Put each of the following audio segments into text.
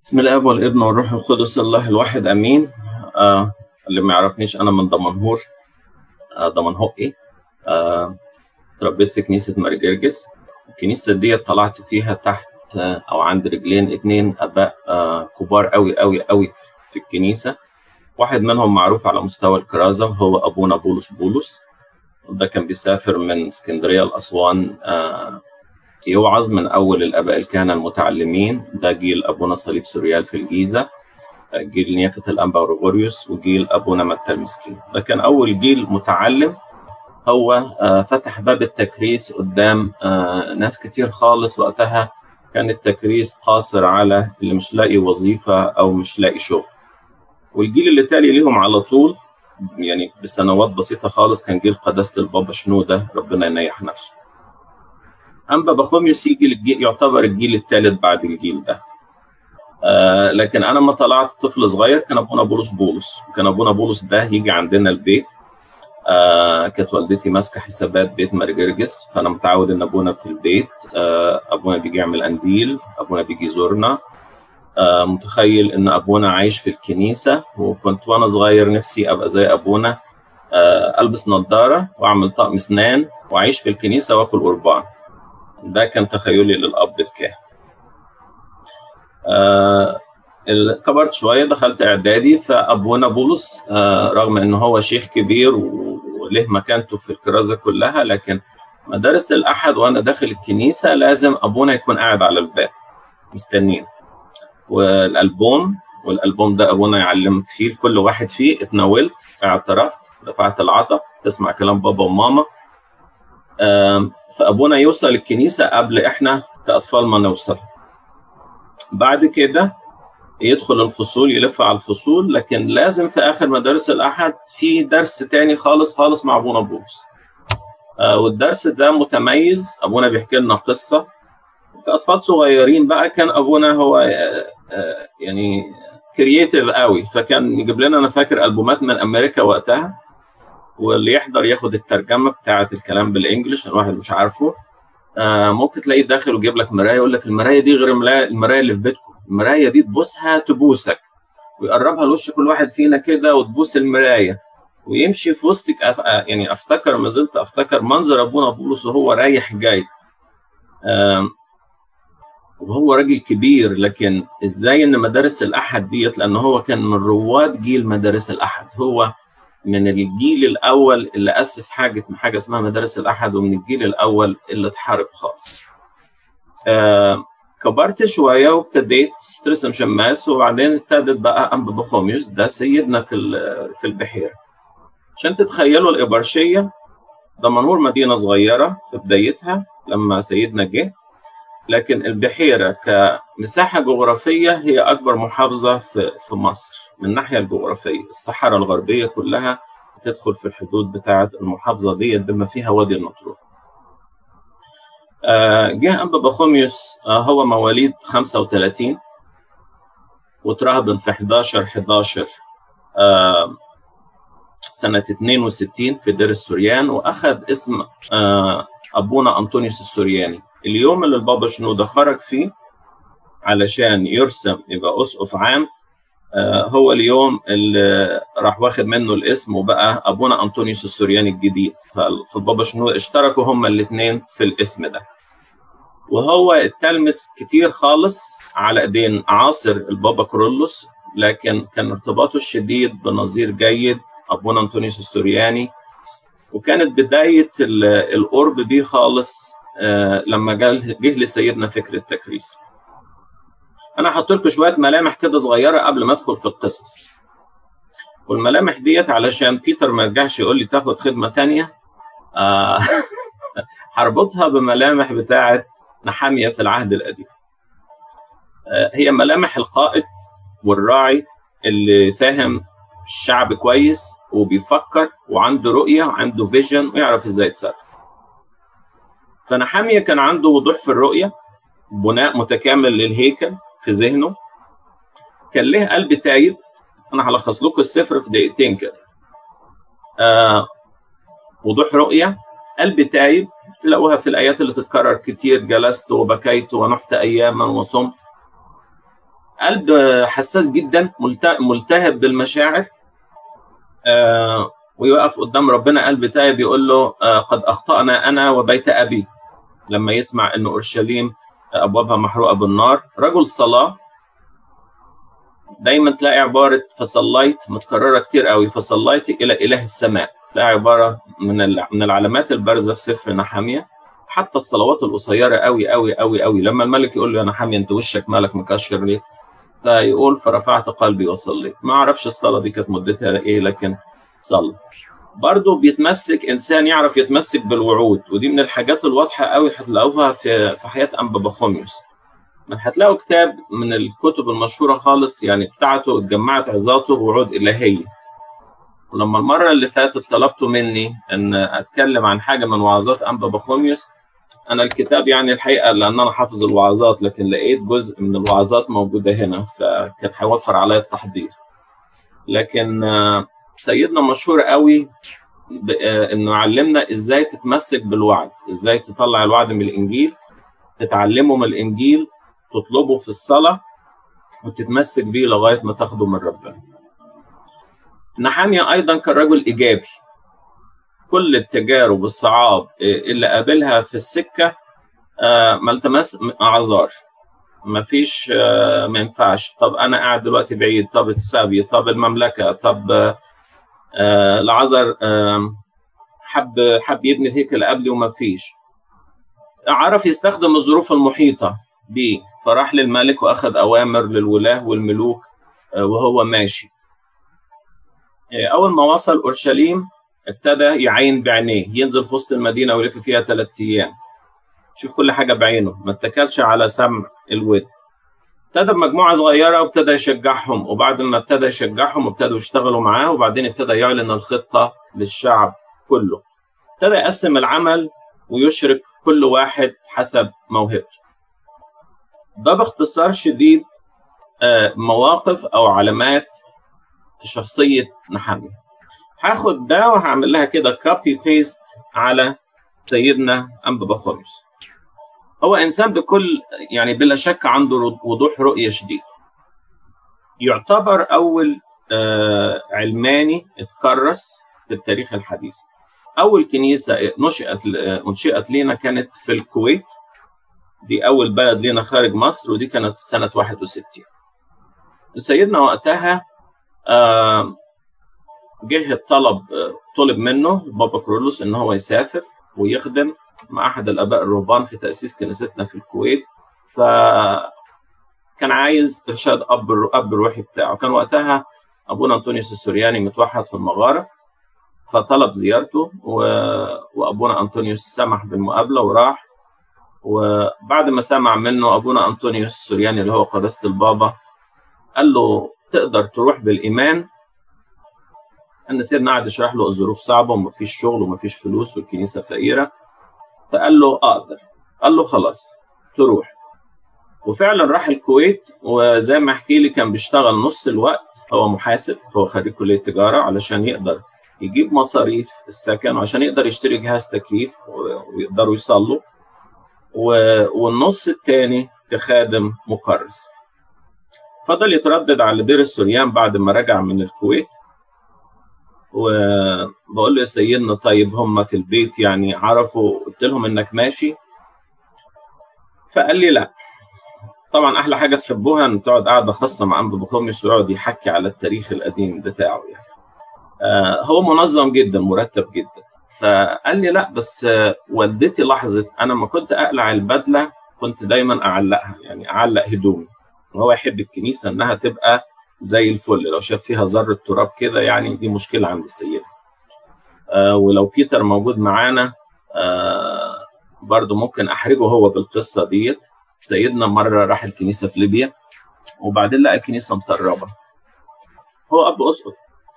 بسم الاب والابن والروح القدس الله الواحد امين. اللي ما يعرفنيش انا من دمنهور، دمنهوقي. تربيت في كنيسه ماري جرجس. الكنيسه دي طلعت فيها تحت او عند رجلين 2 اباء كبار قوي قوي قوي في الكنيسه. واحد منهم معروف على مستوى الكرازه هو ابونا بولس. وده كان بيسافر من اسكندريه لاسوان يوعظ. من اول الاباء الكهنه المتعلمين، ده جيل ابونا صليب سوريال في الجيزه، جيل نيافه الانبا غريغوريوس، وجيل ابونا متى المسكين. ده كان اول جيل متعلم. هو فتح باب التكريس قدام ناس كتير خالص. وقتها كان التكريس قاصر على اللي مش لاقي وظيفه او مش لاقي شغل. والجيل اللي تالي ليهم على طول، يعني بسنوات بسيطه خالص، كان جيل قداسه البابا شنوده، ربنا ينيح نفسه. أنبا بخوميوس يعتبر الجيل الثالث بعد الجيل ده. لكن أنا لما طلعت طفل صغير كان أبونا بولس. وكان أبونا بولس ده يجي عندنا البيت. كانت والدتي ماسكة حسابات بيت ماري جرجس، فأنا متعود إن أبونا في البيت. أبونا بيجي يعمل قنديل، أبونا بيجي يزورنا. متخيل إن أبونا عايش في الكنيسة. وكنت وأنا صغير نفسي أبقى زي أبونا، ألبس نظارة وأعمل طقم أسنان وأعيش في الكنيسة وأكل قربان. ده كان تخيلي للأب الكاهن. كبرت شوية، دخلت إعدادي. فأبونا بولس رغم إنه هو شيخ كبير وله مكانته في الكرازة كلها، لكن مدارس الأحد وأنا داخل الكنيسة لازم أبونا يكون قاعد على الباب مستنين. والألبوم ده أبونا يعلم فيه كل واحد فيه. اتناولت، اعترفت، دفعت العطا، تسمع كلام بابا وماما. فأبونا يوصل الكنيسة قبل إحنا كأطفال ما نوصل. بعد كده يدخل الفصول، يلف على الفصول، لكن لازم في آخر مدارس الأحد في درس تاني خالص مع أبونا بولس. والدرس ده متميز. أبونا بيحكي لنا قصة. كأطفال صغيرين بقى كان أبونا هو يعني كرييتيف قوي، فكان يجيب لنا، أنا فاكر، ألبومات من أمريكا وقتها، واللي يحضر ياخد الترجمة بتاعة الكلام بالإنجليش، الواحد مش عارفه. ممكن تلاقيه داخل ويجيب لك مراية، يقول لك المراية دي غير المراية اللي في بيتكم، المراية دي تبوسها تبوسك، ويقربها لوش كل واحد فينا كده وتبوس المراية، ويمشي في وسطك. يعني ما زلت أفتكر منظر أبونا بولس وهو رايح جاي. وهو راجل كبير، لكن إزاي إن مدارس الأحد ديت، لأن هو كان من رواد جيل مدارس الأحد. هو من الجيل الأول اللي أسس حاجة اسمها مدارس الأحد، ومن الجيل الأول اللي اتحارب خالص. كبرت شوية وابتديت ترسم شماس، وبعدين ابتدت بقى أنبا بخوميوس ده سيدنا في البحيرة. عشان تتخيلوا الإبرشية، دمنهور مدينة صغيرة في بدايتها لما سيدنا جه، لكن البحيرة كمساحة جغرافية هي أكبر محافظة في مصر من الناحية الجغرافية. الصحراء الغربية كلها تدخل في الحدود بتاعة المحافظة دي بما فيها وادي النطرون. جه أنبا بخوميوس، هو مواليد 35، وترهبن في 11 سنة 62 في دير السوريان، وأخذ اسم أبونا أنطونيوس السورياني. اليوم اللي البابا شنودة خرج فيه علشان يرسم يبقى أسقف عام، هو اليوم اللي راح واخد منه الاسم وبقى أبونا أنطونيوس السورياني الجديد. فالبابا شنودة اشتركوا هما الاثنين في الاسم ده. وهو اتلمس كتير خالص على ايدين عاصر البابا كورولوس، لكن كان ارتباطه الشديد بنظير جيد أبونا أنطونيوس السورياني. وكانت بداية القرب بيه خالص لما جه لسيدنا فكر التكريس. أنا هحط لكم شوية ملامح كده صغيرة قبل ما أدخل في القصص. والملامح ديت علشان بيتر ما يرجعش يقول لي تاخد خدمة تانية، هربطها بملامح بتاعة نحامية في العهد القديم. هي ملامح القائد والراعي اللي فاهم الشعب كويس وبيفكر وعنده رؤية وعنده فيجن ويعرف ازاي يتصرف. فنحامية كان عنده وضوح في الرؤية، بناء متكامل للهيكل في ذهنه، كان له قلب تايب. انا هلخص لكم السفر في دقيقتين كده. وضوح رؤية، قلب تايب، تلاقوها في الآيات اللي تتكرر كتير، جلست وبكيت ونحت أياما وصمت. قلب حساس جدا، ملتهب بالمشاعر، ويقف قدام ربنا قلب تائب يقول له قد أخطأنا أنا وبيت أبي، لما يسمع أن أورشليم أبوابها محروقة بالنار. رجل صلاة، دايما تلاقي عبارة فصليت متكررة كتير قوي، فصليت إلى إله السماء، تلاقي عبارة من العلامات البارزة في سفر نحمية. حتى الصلوات القصيرة قوي قوي قوي قوي، لما الملك يقول له يا نحمية أنت وشك مالك مكشر ليه؟ فيقول فرفعت قلبي وصليت. ما أعرفش الصلاة دي كانت مدتها إيه، لكن صلى. برضه بيتمسك، إنسان يعرف يتمسك بالوعود، ودي من الحاجات الواضحة قوي هتلاقوها في حياة أنبا بخوميوس. هتلاقوا كتاب من الكتب المشهورة خالص يعني بتاعته، اتجمعت عظاته وعود إلهية. ولما المرة اللي فاتت طلبتوا مني أن أتكلم عن حاجة من وعظات أنبا بخوميوس، أنا الكتاب يعني الحقيقة لأن أنا حافظ الوعظات، لكن لقيت جزء من الوعظات موجودة هنا، فكان هيوفر عليا التحضير. لكن سيدنا مشهور قوي إنه علمنا إزاي تتمسك بالوعد، إزاي تطلع الوعد من الإنجيل، تتعلمه من الإنجيل، تطلبه في الصلاة، وتتمسك بيه لغاية ما تاخده من ربنا. نحمية أيضا كان رجل إيجابي. كل التجارب والصعاب اللي قابلها في السكة ما التمس أعذار، ما فيش ما ينفعش، طب أنا قاعد دلوقتي بعيد، طب السبي، طب المملكة، طب العذر حب يبني الهيكل قبلي وما فيش. عرف يستخدم الظروف المحيطة بيه، فراح للملك وأخذ أوامر للولاة والملوك وهو ماشي. أول ما وصل أورشليم ابتدى يعين بعينيه، ينزل في وسط المدينة ويلف فيها 3 أيام، شوف كل حاجة بعينه، ما اتكلش على سمع الود. ابتدى بمجموعة صغيرة وابتدى يشجعهم، وبعد ما ابتدى يشجعهم ابتدوا يشتغلوا معاه، وبعدين ابتدى يعلن الخطة للشعب كله. ابتدى يقسم العمل ويشرك كل واحد حسب موهبته. ده باختصار شديد مواقف أو علامات في شخصية نحمية. هاخد ده وهعمل لها كده كوبي بيست على سيدنا أنبا بخوميوس. هو إنسان بكل يعني بلا شك عنده وضوح رؤية شديد. يعتبر أول علماني اتكرس في التاريخ الحديث. أول كنيسة انشئت لنا كانت في الكويت، دي أول بلد لنا خارج مصر، ودي كانت سنة 61. سيدنا وقتها جه طلب منه بابا كرولوس إن هو يسافر ويخدم مع أحد الآباء الرهبان في تأسيس كنيستنا في الكويت. فكان عايز إرشاد أب الروحي بتاعه. كان وقتها أبونا أنطونيوس السورياني متوحد في المغارة، فطلب زيارته، وأبونا أنطونيوس سمح بالمقابلة وراح. وبعد ما سمع منه أبونا أنطونيوس السورياني اللي هو قداسة البابا، قال له تقدر تروح بالإيمان. أن سيدنا قعد يشرح له الظروف صعبة ومفيش شغل ومفيش فلوس والكنيسة فقيرة، فقال له أقدر. قال له خلاص تروح. وفعلا راح الكويت، وزي ما احكي لي كان بيشتغل نص الوقت، هو محاسب، هو خريج كلية تجارة، علشان يقدر يجيب مصاريف السكن وعشان يقدر يشتري جهاز تكييف ويقدروا يصلوا، والنص الثاني كخادم مكرس. فضل يتردد على دير السوريان بعد ما رجع من الكويت، وبقول له يا سيدنا طيب هم في البيت يعني عرفوا قلت لهم انك ماشي؟ فقال لي لا. طبعا احلى حاجه تحبوها ان تقعد قاعده خاصه مع أنبا بخوميوس ويقعد يحكي على التاريخ القديم بتاعه يعني. هو منظم جدا، مرتب جدا. فقال لي لا بس والدتي لاحظت انا ما كنت اقلع البدله كنت دايما اعلقها، يعني اعلق هدومي، وهو يحب الكنيسه انها تبقى زي الفل، لو شاف فيها ذره تراب كده يعني دي مشكله عند السيده. ولو بيتر موجود معانا برضو ممكن احرجه هو بالقصه ديت. سيدنا مره راح الكنيسه في ليبيا، وبعدين لقى الكنيسه مطربه، هو اب اسقف،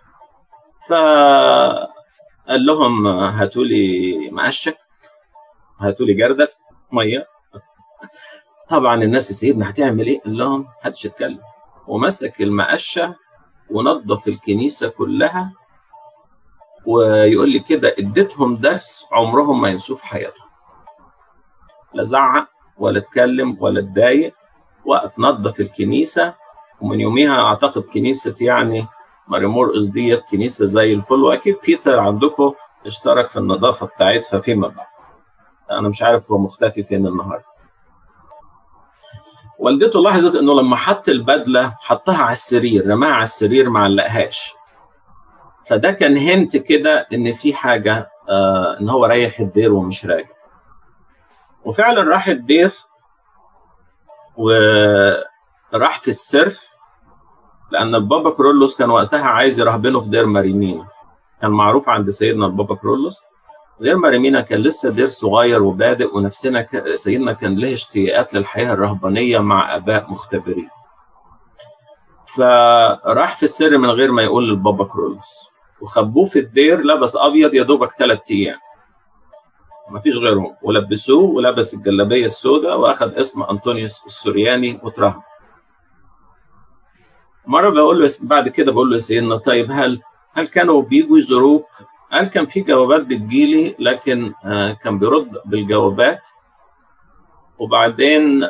فقال لهم هاتوا لي مقشه، هاتوا لي جردل ميه. طبعا الناس سيدنا هتعمل ايه؟ قال لهم محدش يتكلم، ومسك المقشه ونظف الكنيسه كلها، ويقول لي كده اديتهم درس عمرهم ما ينسوه في حياتهم. لا زعق ولا اتكلم ولا اتضايق، وقف نظف الكنيسه ومن يوميها اعتقد كنيسه يعني ماري مرقس ديت كنيسه زي الفل، واكيد بيتر عندكم اشترك في النظافه بتاعتها فيما بعد. انا مش عارف هو مختفي فين النهارده. والدته لاحظت انه لما حط البدله حطها على السرير، رماها على السرير ما علقهاش، فده كان هنت كده ان في حاجه، ان هو رايح الدير ومش راجع. وفعلا راح الدير وراح في السر، لان البابا كرولوس كان وقتها عايز يرهبنه في دير ماريمينا. كان معروف عند سيدنا البابا كرولوس دير ماريمينا كان لسه دير صغير وبادئ، ونفسنا سيدنا كان له اشتياقات للحياه الرهبانيه مع اباء مختبرين. فراح في السر من غير ما يقول للبابا كرولوس، وخبوه في الدير، لبس ابيض يا دوبك 3 ايام ما فيش غيرهم، ولبسوه ولبس الجلابيه السوداء واخذ اسم انطونيوس السورياني وترهب. مره بقول له بعد كده، بقول له يا سيدنا طيب هل كانوا بيجوا يزوروك؟ قال كان في جوابات بتجيلي، لكن كان بيرد بالجوابات. وبعدين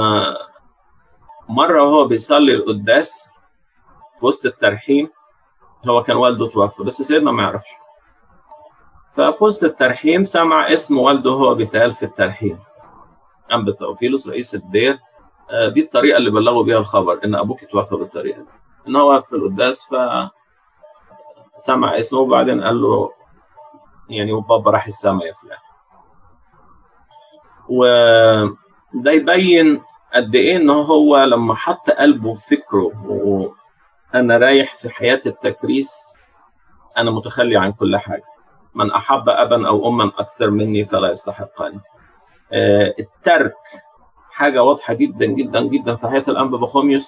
مره وهو بيصلي القداس في وسط الترحيم، هو كان والده توفى بس سيدنا ما يعرفش، ففي وسط الترحيم سمع اسم والده هو بيتقال في الترحيم، أنبا ثوفيلوس رئيس الدير. دي الطريقه اللي بلغوا بيها الخبر ان ابوك توفى بالطريقه دي، ان هو في القداس فسمع اسمه، وبعدين قال له يعني وبابا راح السما يا فلان. وده يبين قد ايه ان هو لما حط قلبه في فكره وانا رايح في حياه التكريس، انا متخلي عن كل حاجه، من احب ابا او اما اكثر مني فلا يستحقني. الترك حاجه واضحه جدا جدا جدا في حياه الانبا بخوميوس.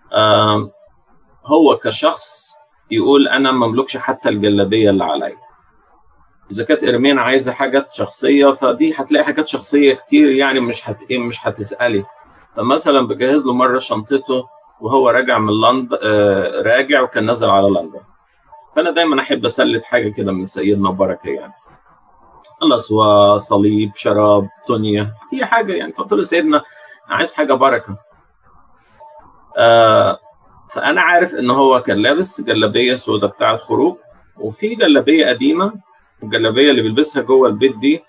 هو كشخص يقول انا ما املكش حتى الجلابيه اللي عليا. اذا كانت ارمين عايزه حاجات شخصيه، فدي هتلاقي حاجات شخصيه كتير، يعني مش هتسالي. فمثلا بجهز له مره شنطته وهو راجع من لندن، راجع وكان نازل على لندن، فانا دايما احب اسلت حاجه كده من سيدنا بركه، يعني الأصوات، صليب، شراب، تونيا، هي حاجه يعني. فقلت له سيدنا عايز حاجه بركه. فانا عارف ان هو كان لابس جلابيه سوداء بتاعه خروج، وفي جلابيه قديمه، الجلابيه اللي بيلبسها جوه البيت دي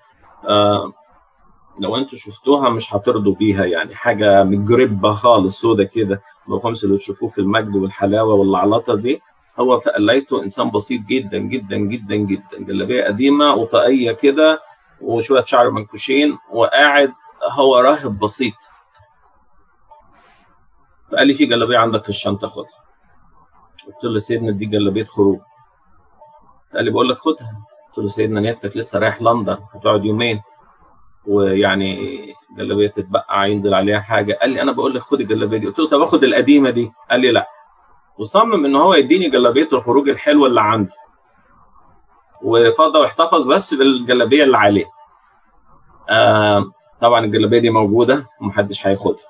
لو انتوا شفتوها مش هترضوا بيها، يعني حاجه مجربه خالص سوداء كده، الخمس اللي تشوفوه في المجد والحلاوه والعلاطه دي. هو لقيته انسان بسيط جدا جدا جدا جدا، جلابيه قديمه وطاقيه كده وشويه شعر منكوشين، وقاعد هو راهب بسيط. فقال لي في جلابيه عندك في الشنطه خدها. قلت له سيدنا دي جلابيه خروج. قال لي بقول لك خدها. قلت له سيدنا نيافتك لسه رايح لندن هتقعد يومين، ويعني جلابيه تتبقى ينزل عليها حاجه. قال لي انا بقول لك خد الجلابيه دي. قلت له طب اخد القديمه دي. قال لي لا، وصمم ان هو يديني جلابيه الخروج الحلوه اللي عنده، وفضل واحتفظ بس بالجلابيه اللي عليه. طبعا الجلابيه دي موجوده ومحدش هياخدها،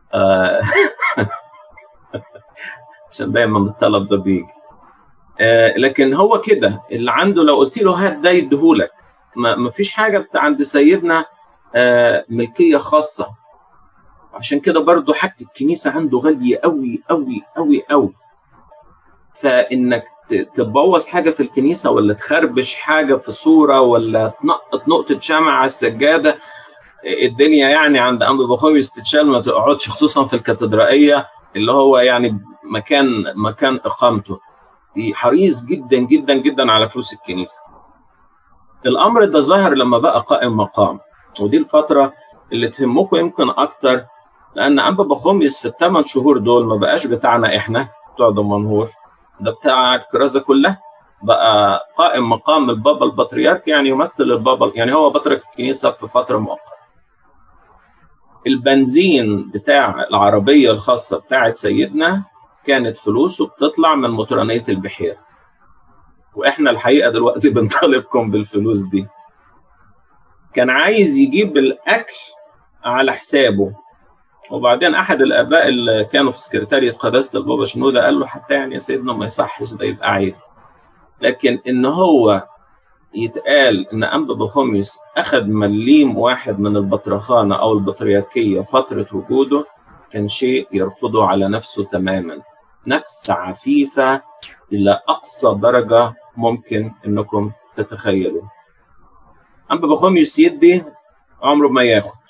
عشان دايما الطلب ده بيجي. لكن هو كده اللي عنده، لو قلت له هات ده يديهولك. ما فيش حاجه عند سيدنا ملكيه خاصه. عشان كده برضو حاجه الكنيسه عنده غاليه قوي قوي قوي قوي. فانك تبوظ حاجه في الكنيسه، ولا تخربش حاجه في صوره، ولا تنقط نقطه شمع على السجاده، الدنيا يعني عند انبا بخوميوس تتشال ما تقعدش، خصوصا في الكاتدرائيه اللي هو يعني مكان اقامته. حريص جدا جدا جدا على فلوس الكنيسه. الامر ده ظهر لما بقى قائم مقام، ودي الفتره اللي تهمكم يمكن اكتر، لان انبا بخوميوس في ال8 شهور دول ما بقاش بتاعنا احنا بتوع دمنهور، ده بتاع الكرازه كلها. بقى قائم مقام البابا البطريرك، يعني يمثل البابا، يعني هو بطرك الكنيسه في فتره مؤقته. البنزين بتاع العربيه الخاصه بتاعت سيدنا كانت فلوسه بتطلع من مطرانيه البحيره، واحنا الحقيقه دلوقتي بنطالبكم بالفلوس دي. كان عايز يجيب الاكل على حسابه، وبعدين احد الاباء اللي كانوا في سكرتاريه قداسه البابا شنوده قال له حتى يعني يا سيدنا ما يصحش ده، يبقى عيب. لكن ان هو يتقال ان انبا بخوميوس اخذ مليم واحد من البطرخانه او البطريركيه فتره وجوده، كان شيء يرفضه على نفسه تماما، نفس عفيفة إلى أقصى درجة ممكن إنكم تتخيلوا. أنبا بخوميوس يدي عمره ما ياخد،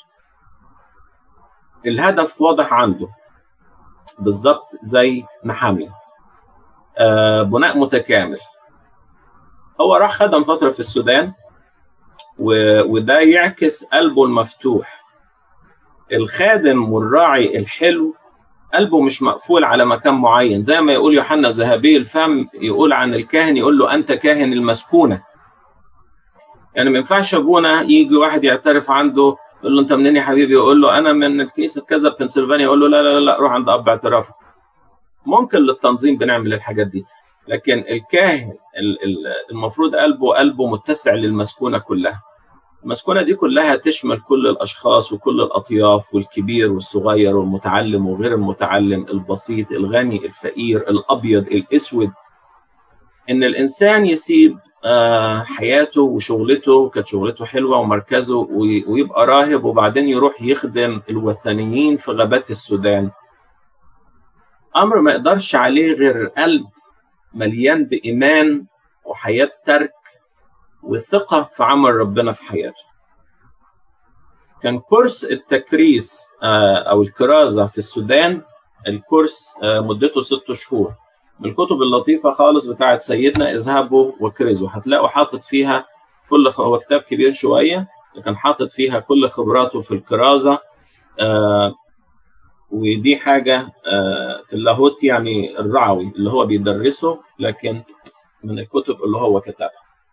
الهدف واضح عنده بالظبط زي نحامية، بناء متكامل. هو راح خدم فترة في السودان، وده يعكس قلبه المفتوح. الخادم والراعي الحلو قلبه مش مقفول على مكان معين، زي ما يقول يوحنا ذهبي الفم يقول عن الكاهن، يقول له أنت كاهن المسكونة. يعني ما ينفعش أبونا يجي واحد يعترف عنده يقول له أنت منين يا حبيبي، يقول له أنا من الكنيسة كذا بنسلفانيا، يقول له لا لا لا روح عند أب اعترافك. ممكن للتنظيم بنعمل الحاجات دي، لكن الكاهن المفروض قلبه متسع للمسكونة كلها. المسكونة دي كلها تشمل كل الأشخاص وكل الأطياف، والكبير والصغير والمتعلم وغير المتعلم، البسيط الغني الفقير الأبيض الأسود. إن الإنسان يسيب حياته وشغلته، كانت شغلته حلوة ومركزه، ويبقى راهب وبعدين يروح يخدم الوثنيين في غابات السودان. أمر ما يقدرش عليه غير قلب مليان بإيمان وحياة ترك والثقة في عمل ربنا في حياته. كان كورس التكريس أو الكرازة في السودان، الكورس مدته 6 شهور. من الكتب اللطيفة خالص بتاعت سيدنا اذهبوا وكرزوا، هتلاقوا حاطط فيها هو كتاب كبير شوية، لكن حاطط فيها كل خبراته في الكرازة. ودي حاجة في اللاهوت يعني الرعوي اللي هو بيدرسه، لكن من الكتب اللي هو كتبها.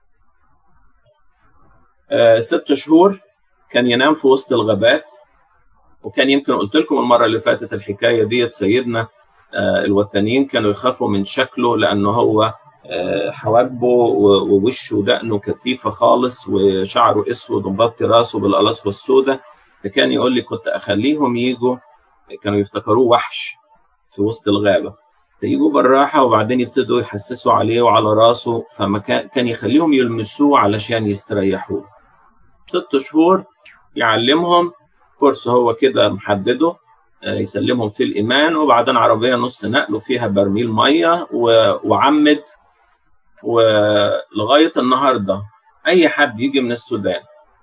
6 شهور كان ينام في وسط الغابات، وكان يمكن قلت لكم المرة اللي فاتت الحكاية ديت. سيدنا الوثنيين كانوا يخافوا من شكله، لأنه هو حواجبه ووشه ودقنه كثيفة خالص، وشعره أسود ومغطي راسه بالقلاصوة السوداء. فكان يقول لي كنت أخليهم يجوا، كانوا يفتكروه وحش في وسط الغابة، يجوا بالراحة وبعدين يبتدوا يحسسوا عليه وعلى راسه، فما كان يخليهم يلمسوه علشان يستريحوه. 6 شهور يعلمهم كورس هو كده محدده، يسلمهم في الإيمان، وبعدين عربية نص نقل فيها برميل مية وعمد. ولغاية النهاردة أي حد يجي من السودان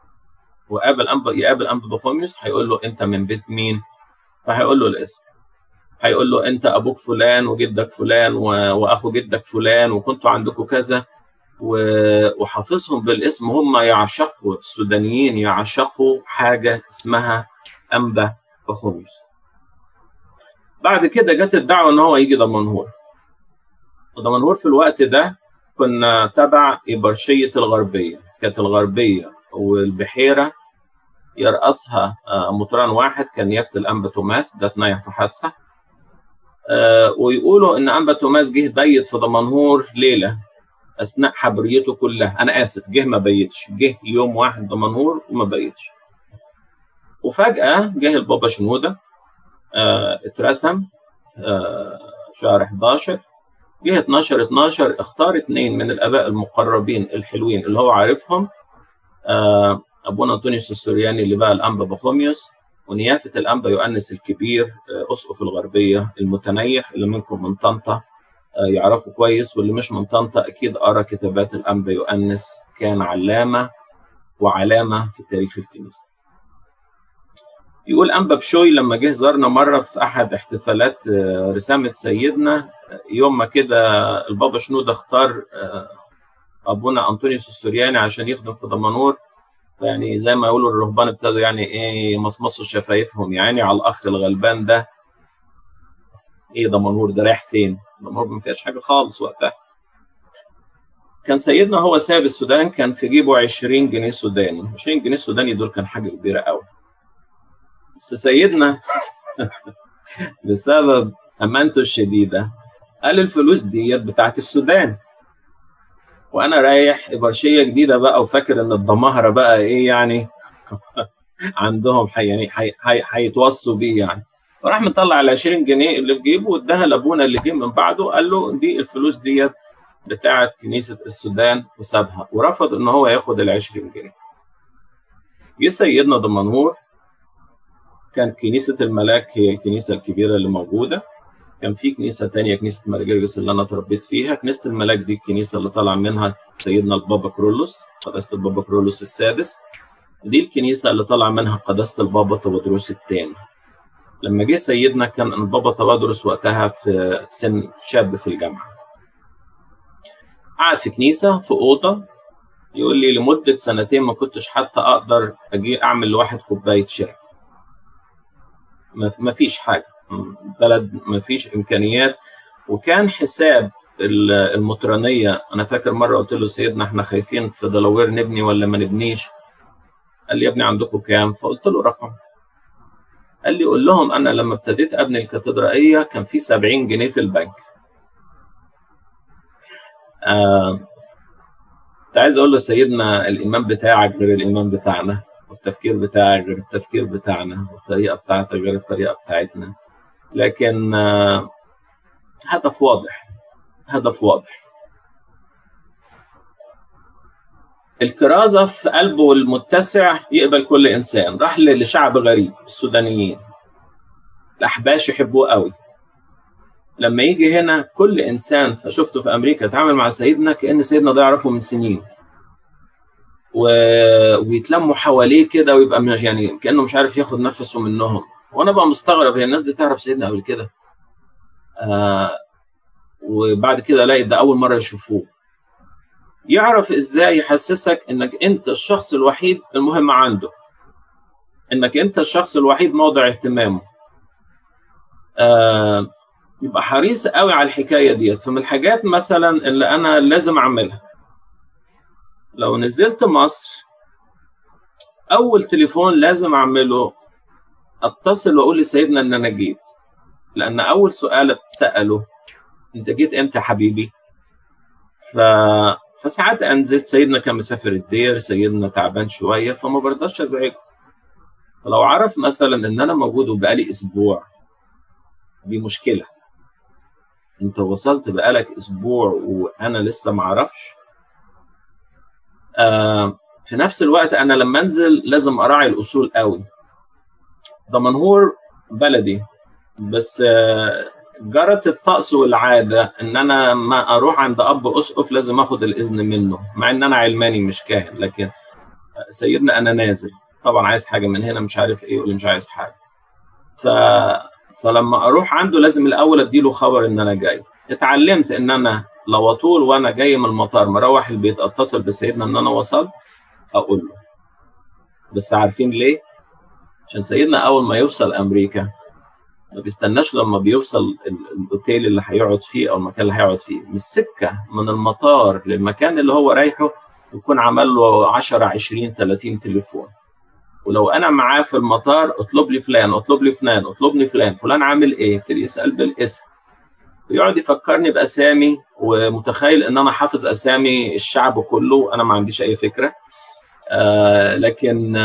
يقابل أنبا بخوميوس هيقول له أنت من بيت مين؟ فهيقول له الاسم، هيقول له أنت أبوك فلان وجدك فلان وأخو جدك فلان وكنتوا عندكم كذا، وحافظهم بالاسم. هم يعشقوا، السودانيين يعشقوا حاجة اسمها أنبا بخوميوس. بعد كده جت الدعوة إن هو يجي دمنهور. ودمنهور في الوقت ده كنا تبع إبرشية الغربية، كانت الغربية والبحيرة يرأسها مطران واحد كان يافت الأنبا توماس، ده اتنيح في حادثة. ويقولوا إن أنبا توماس جه بيت في دمنهور ليلة أثناء حبريته كلها. أنا آسف، جه ما بيتش، جه يوم واحد دمنهور وما بيتش. وفجأة جه البابا شنودة، اترسم شهر 11، جه 12 اختار 2 من الآباء المقربين الحلوين اللي هو عارفهم، أبونا أنطونيوس السورياني اللي بقى الأنبا بخوميوس، ونيافة الأنبا يؤنس الكبير أسقف الغربية المتنيح، اللي منكم من طنطا يعرفوا كويس، واللي مش من طنطا أكيد قرأ كتابات الأنبا يؤنس، كان علامة وعلامة في تاريخ الكنيسة. يقول أنبا بشوي لما جه زارنا مرة في أحد احتفالات رسامة سيدنا، يوم ما كده البابا شنودة اختار أبونا أنطونيوس السورياني عشان يخدم في دمنهور، يعني زي ما يقولوا الرهبان ابتدوا يعني إيه مصمصوا شفايفهم يعني على الأخ الغلبان ده. إيه دمنهور ده رايح فين؟ دمنهور ما فيهاش حاجة خالص وقتها. كان سيدنا هو ساب السودان كان في جيبه 20 جنيه سوداني. 20 جنيه سوداني دول كان حاجة كبيرة قوي. بس سيدنا بسبب أمانته الشديدة قال الفلوس ديت بتاعت السودان، وأنا رايح إبرشية جديدة بقى وفاكر إن الضماهرة بقى إيه يعني عندهم يعني هيتوصوا بيه يعني. فراح مطلع ال 20 جنيه اللي في جيبه واداها لأبونا اللي جه من بعده، قال له دي الفلوس ديت بتاعت كنيسة السودان، وسابها ورفض إن هو ياخد ال 20 جنيه. جه سيدنا دمنهور كان كنيسة الملاك هي الكنيسة الكبيرة اللي موجودة. كان في كنيسة تانية كنيسة ماري جرجس اللي أنا اتربيت فيها. كنيسة الملاك دي الكنيسة اللي طلع منها سيدنا البابا كرولوس، قداسة البابا كرولوس السادس. دي الكنيسة اللي طلع منها قداسة البابا تودروس الثاني. لما جه سيدنا كان البابا تودروس وقتها في سن شاب في الجامعة. قعد في كنيسة في أوضة، يقول لي لمدة سنتين ما كنتش حتى أقدر أجي أعمل لواحد كوباية شاي. ما فيش حاجة، بلد ما فيش إمكانيات. وكان حساب المطرانية، أنا فاكر مرة قلت له سيدنا إحنا خايفين في دلاوير نبني ولا ما نبنيش. قال لي يا ابني عندكم كام؟ فقلت له رقم. قال لي قول لهم أنا لما ابتديت أبني الكاتدرائية كان في 70 جنيه في البنك. كنت عايز أقول له سيدنا الإيمان بتاعك غير الإيمان بتاعنا، والتفكير بتاعك غير التفكير بتاعنا، والطريقة بتاعتك غير الطريقة بتاعتنا. لكن هدف واضح، هدف واضح. الكرازة في قلبه المتسع يقبل كل إنسان. راح لشعب غريب، السودانيين، الأحباش يحبوه قوي. لما يجي هنا كل إنسان فشفته في أمريكا يتعامل مع سيدنا كأن سيدنا ده يعرفه من سنين، ويتلموا حواليه كده، ويبقى يعني كأنه مش عارف ياخد نفسه منهم. وأنا بقى مستغرب، هي الناس دي تعرف سيدنا قبل كده؟ وبعد كده الاقي ده أول مرة يشوفوه. يعرف إزاي يحسسك إنك أنت الشخص الوحيد المهم عنده، إنك أنت الشخص الوحيد موضع اهتمامه. يبقى حريص قوي على الحكاية ديت. فمن الحاجات مثلا اللي أنا لازم أعملها لو نزلت مصر، أول تليفون لازم أعمله أتصل وأقول لسيدنا إن أنا جيت. لأن أول سؤال اتسأله أنت جيت إمتى يا حبيبي؟ فساعات أنزل، سيدنا كان مسافر الدير، سيدنا تعبان شوية، فما برضاش أزعجه. فلو عرف مثلا إن أنا موجود وبقالي أسبوع، دي مشكلة. أنت وصلت بقالك أسبوع وأنا لسه ما أعرفش. في نفس الوقت أنا لما أنزل لازم أراعي الأصول قوي. دمنهور بلدي، بس جرت الطقس والعادة إن أنا ما أروح عند أب أسقف لازم أخد الإذن منه، مع إن أنا علماني مش كاهن. لكن سيدنا أنا نازل، طبعا عايز حاجة من هنا مش عارف إيه، يقول مش عايز حاجة. فلما أروح عنده لازم الأول أديله خبر إن أنا جاي. اتعلمت إن أنا لو أطول وأنا جاي من المطار مروح البيت أتصل بسيدنا إن أنا وصلت، أقول له. بس عارفين ليه؟ عشان سيدنا أول ما يوصل أمريكا ما بيستناش لما بيوصل الأوتيل اللي هيقعد فيه أو المكان اللي هيقعد فيه. من السكة من المطار للمكان اللي هو رايحه يكون عمل له 10 20 30 تليفون. ولو أنا معاه في المطار اطلب لي فلان، اطلب لي فلان، اطلبني فلان، فلان عامل إيه؟ يبتدي يسأل بالاسم ويقعد يفكرني بأسامي، ومتخيل إن أنا حافظ أسامي الشعب كله. أنا ما عنديش أي فكرة. لكن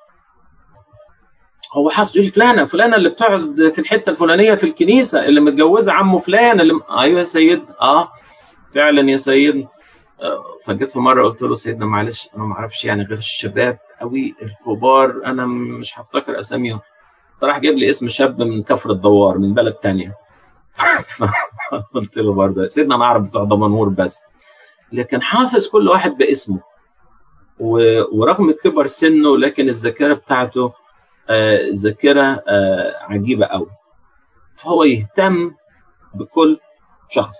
هو حافظ. يقول لي فلانة اللي بتقعد في الحتة الفلانية في الكنيسة، اللي متجوزة عمه فلان، اللي أيوه يا سيد، فعلا يا سيد. فجيت في مرة قلت له سيدنا معلش أنا ما أعرفش يعني غير الشباب قوي الكبار، أنا مش هفتكر أساميهم. فراح جاب لي اسم شاب من كفر الدوار من بلد تانية. قلت له برضه سيدنا أنا أعرف بتوع دمنهور بس، لكن حافظ كل واحد باسمه. ورغم كبر سنه لكن الذاكرة بتاعته ذاكرة عجيبة قوي. فهو يهتم بكل شخص.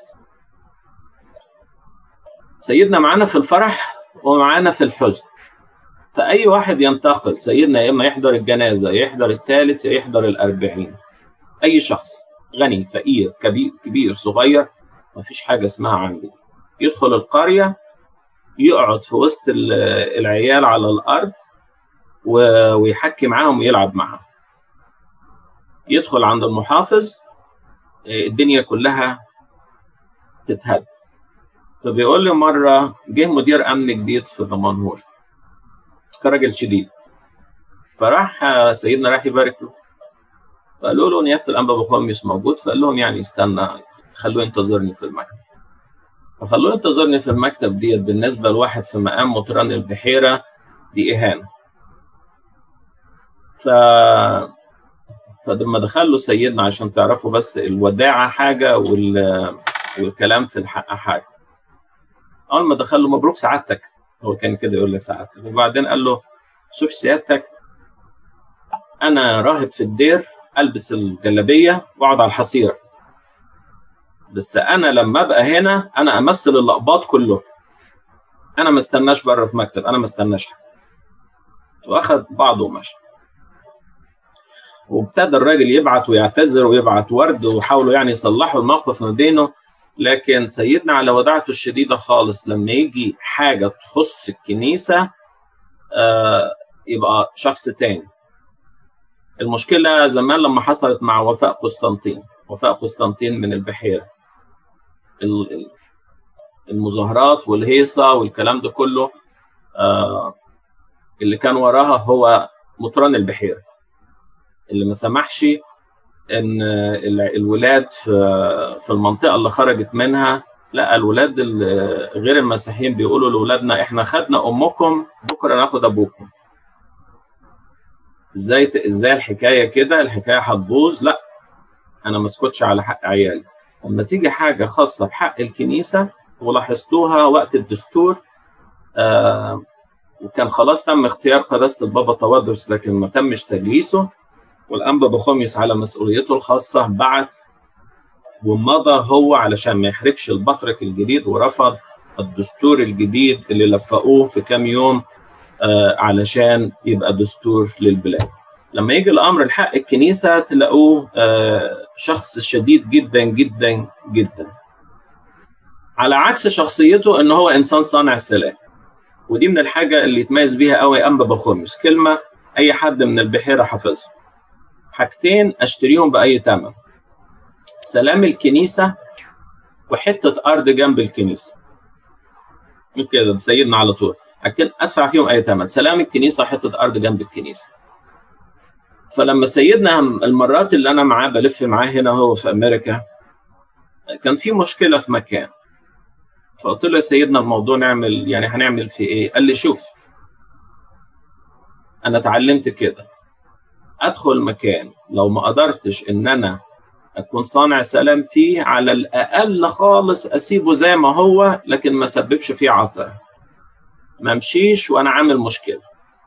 سيدنا معانا في الفرح ومعانا في الحزن. فأي واحد ينتقل سيدنا يا إما يحضر الجنازة، يحضر الثالث، يحضر ال40. أي شخص غني فقير كبير صغير، ما فيش حاجة اسمها عندي. يدخل القرية يقعد في وسط العيال على الأرض ويحكي معاهم ويلعب معاهم. يدخل عند المحافظ الدنيا كلها تتهد. فبيقول لي مرة جه مدير أمن جديد في دمنهور، كان راجل شديد. فراح سيدنا راح يبارك له، فقالوا له نيافة الأنبا بخوميوس موجود. فقال لهم يعني استنى، خلوه ينتظرني في المكتب. فخلوه ينتظرني في المكتب ديت بالنسبة لواحد في مقام مطران البحيرة دي إهانة. فلما دخل له سيدنا، عشان تعرفوا بس الوداعة حاجة والكلام في الحق حاجة. أول ما دخل له مبروك سعادتك، هو كان كده يقول لك سعادتك، وبعدين قال له شوف سيادتك، أنا راهب في الدير ألبس الجلابية وأقعد على الحصيرة، بس أنا لما أبقى هنا أنا أمثل اللقباط كله، أنا ما استناش بره في مكتب، أنا ما استناش حد. وأخذ بعضه ومشى. وابتدى الراجل يبعت ويعتذر ويبعت ورد، وحاولوا يعني يصلحوا الموقف ما بينه، لكن سيدنا على وداعته الشديدة خالص لما يجي حاجة تخص الكنيسة يبقى شخص تاني. المشكلة زمان لما حصلت مع وفاء قسطنطين، وفاء قسطنطين من البحيرة، المظاهرات والهيصة والكلام ده كله اللي كان وراها هو مطران البحيرة، اللي ما سمحش ان الولاد في المنطقة اللي خرجت منها، لا الولاد غير المسيحيين بيقولوا لاولادنا احنا خدنا امكم بكره ناخد ابوكم. ازاي الحكايه كده؟ الحكايه هتبوظ. لا، انا ما اسكتش على حق عيالي. لما تيجي حاجه خاصه بحق الكنيسه، ولاحظتوها وقت الدستور وكان خلاص تم اختيار قداسه البابا توادرس، لكن ما تمش تجليسه، والانبا بخوميوس على مسؤوليته الخاصه بعت ومضى هو علشان ما يحرجش البطرك الجديد، ورفض الدستور الجديد اللي لفقوه في كام يوم علشان يبقى دستور للبلاد. لما يجي الامر لحق الكنيسه تلاقوه شخص شديد جدا جدا جدا، على عكس شخصيته ان هو انسان صانع سلام. ودي من الحاجه اللي يتميز بيها قوي انبا بخوميوس، كلمه اي حد من البحيره حافظها، حاجتين اشتريهم باي ثمن: سلام الكنيسه وحته ارض جنب الكنيسه. كده سيدنا على طول، حاجتين ادفع فيهم اي ثمن: سلام الكنيسه وحته ارض جنب الكنيسه. فلما سيدنا المرات اللي انا معاه بلف معاه هنا هو في امريكا، كان في مشكله في مكان، فقلت له يا سيدنا الموضوع نعمل يعني هنعمل فيه ايه؟ قال لي شوف، انا اتعلمت كده، ادخل مكان لو ما قدرتش ان انا اكون صانع سلام فيه، على الاقل خالص اسيبه زي ما هو، لكن ما سببش فيه عثره، ما امشيش وانا عامل مشكله.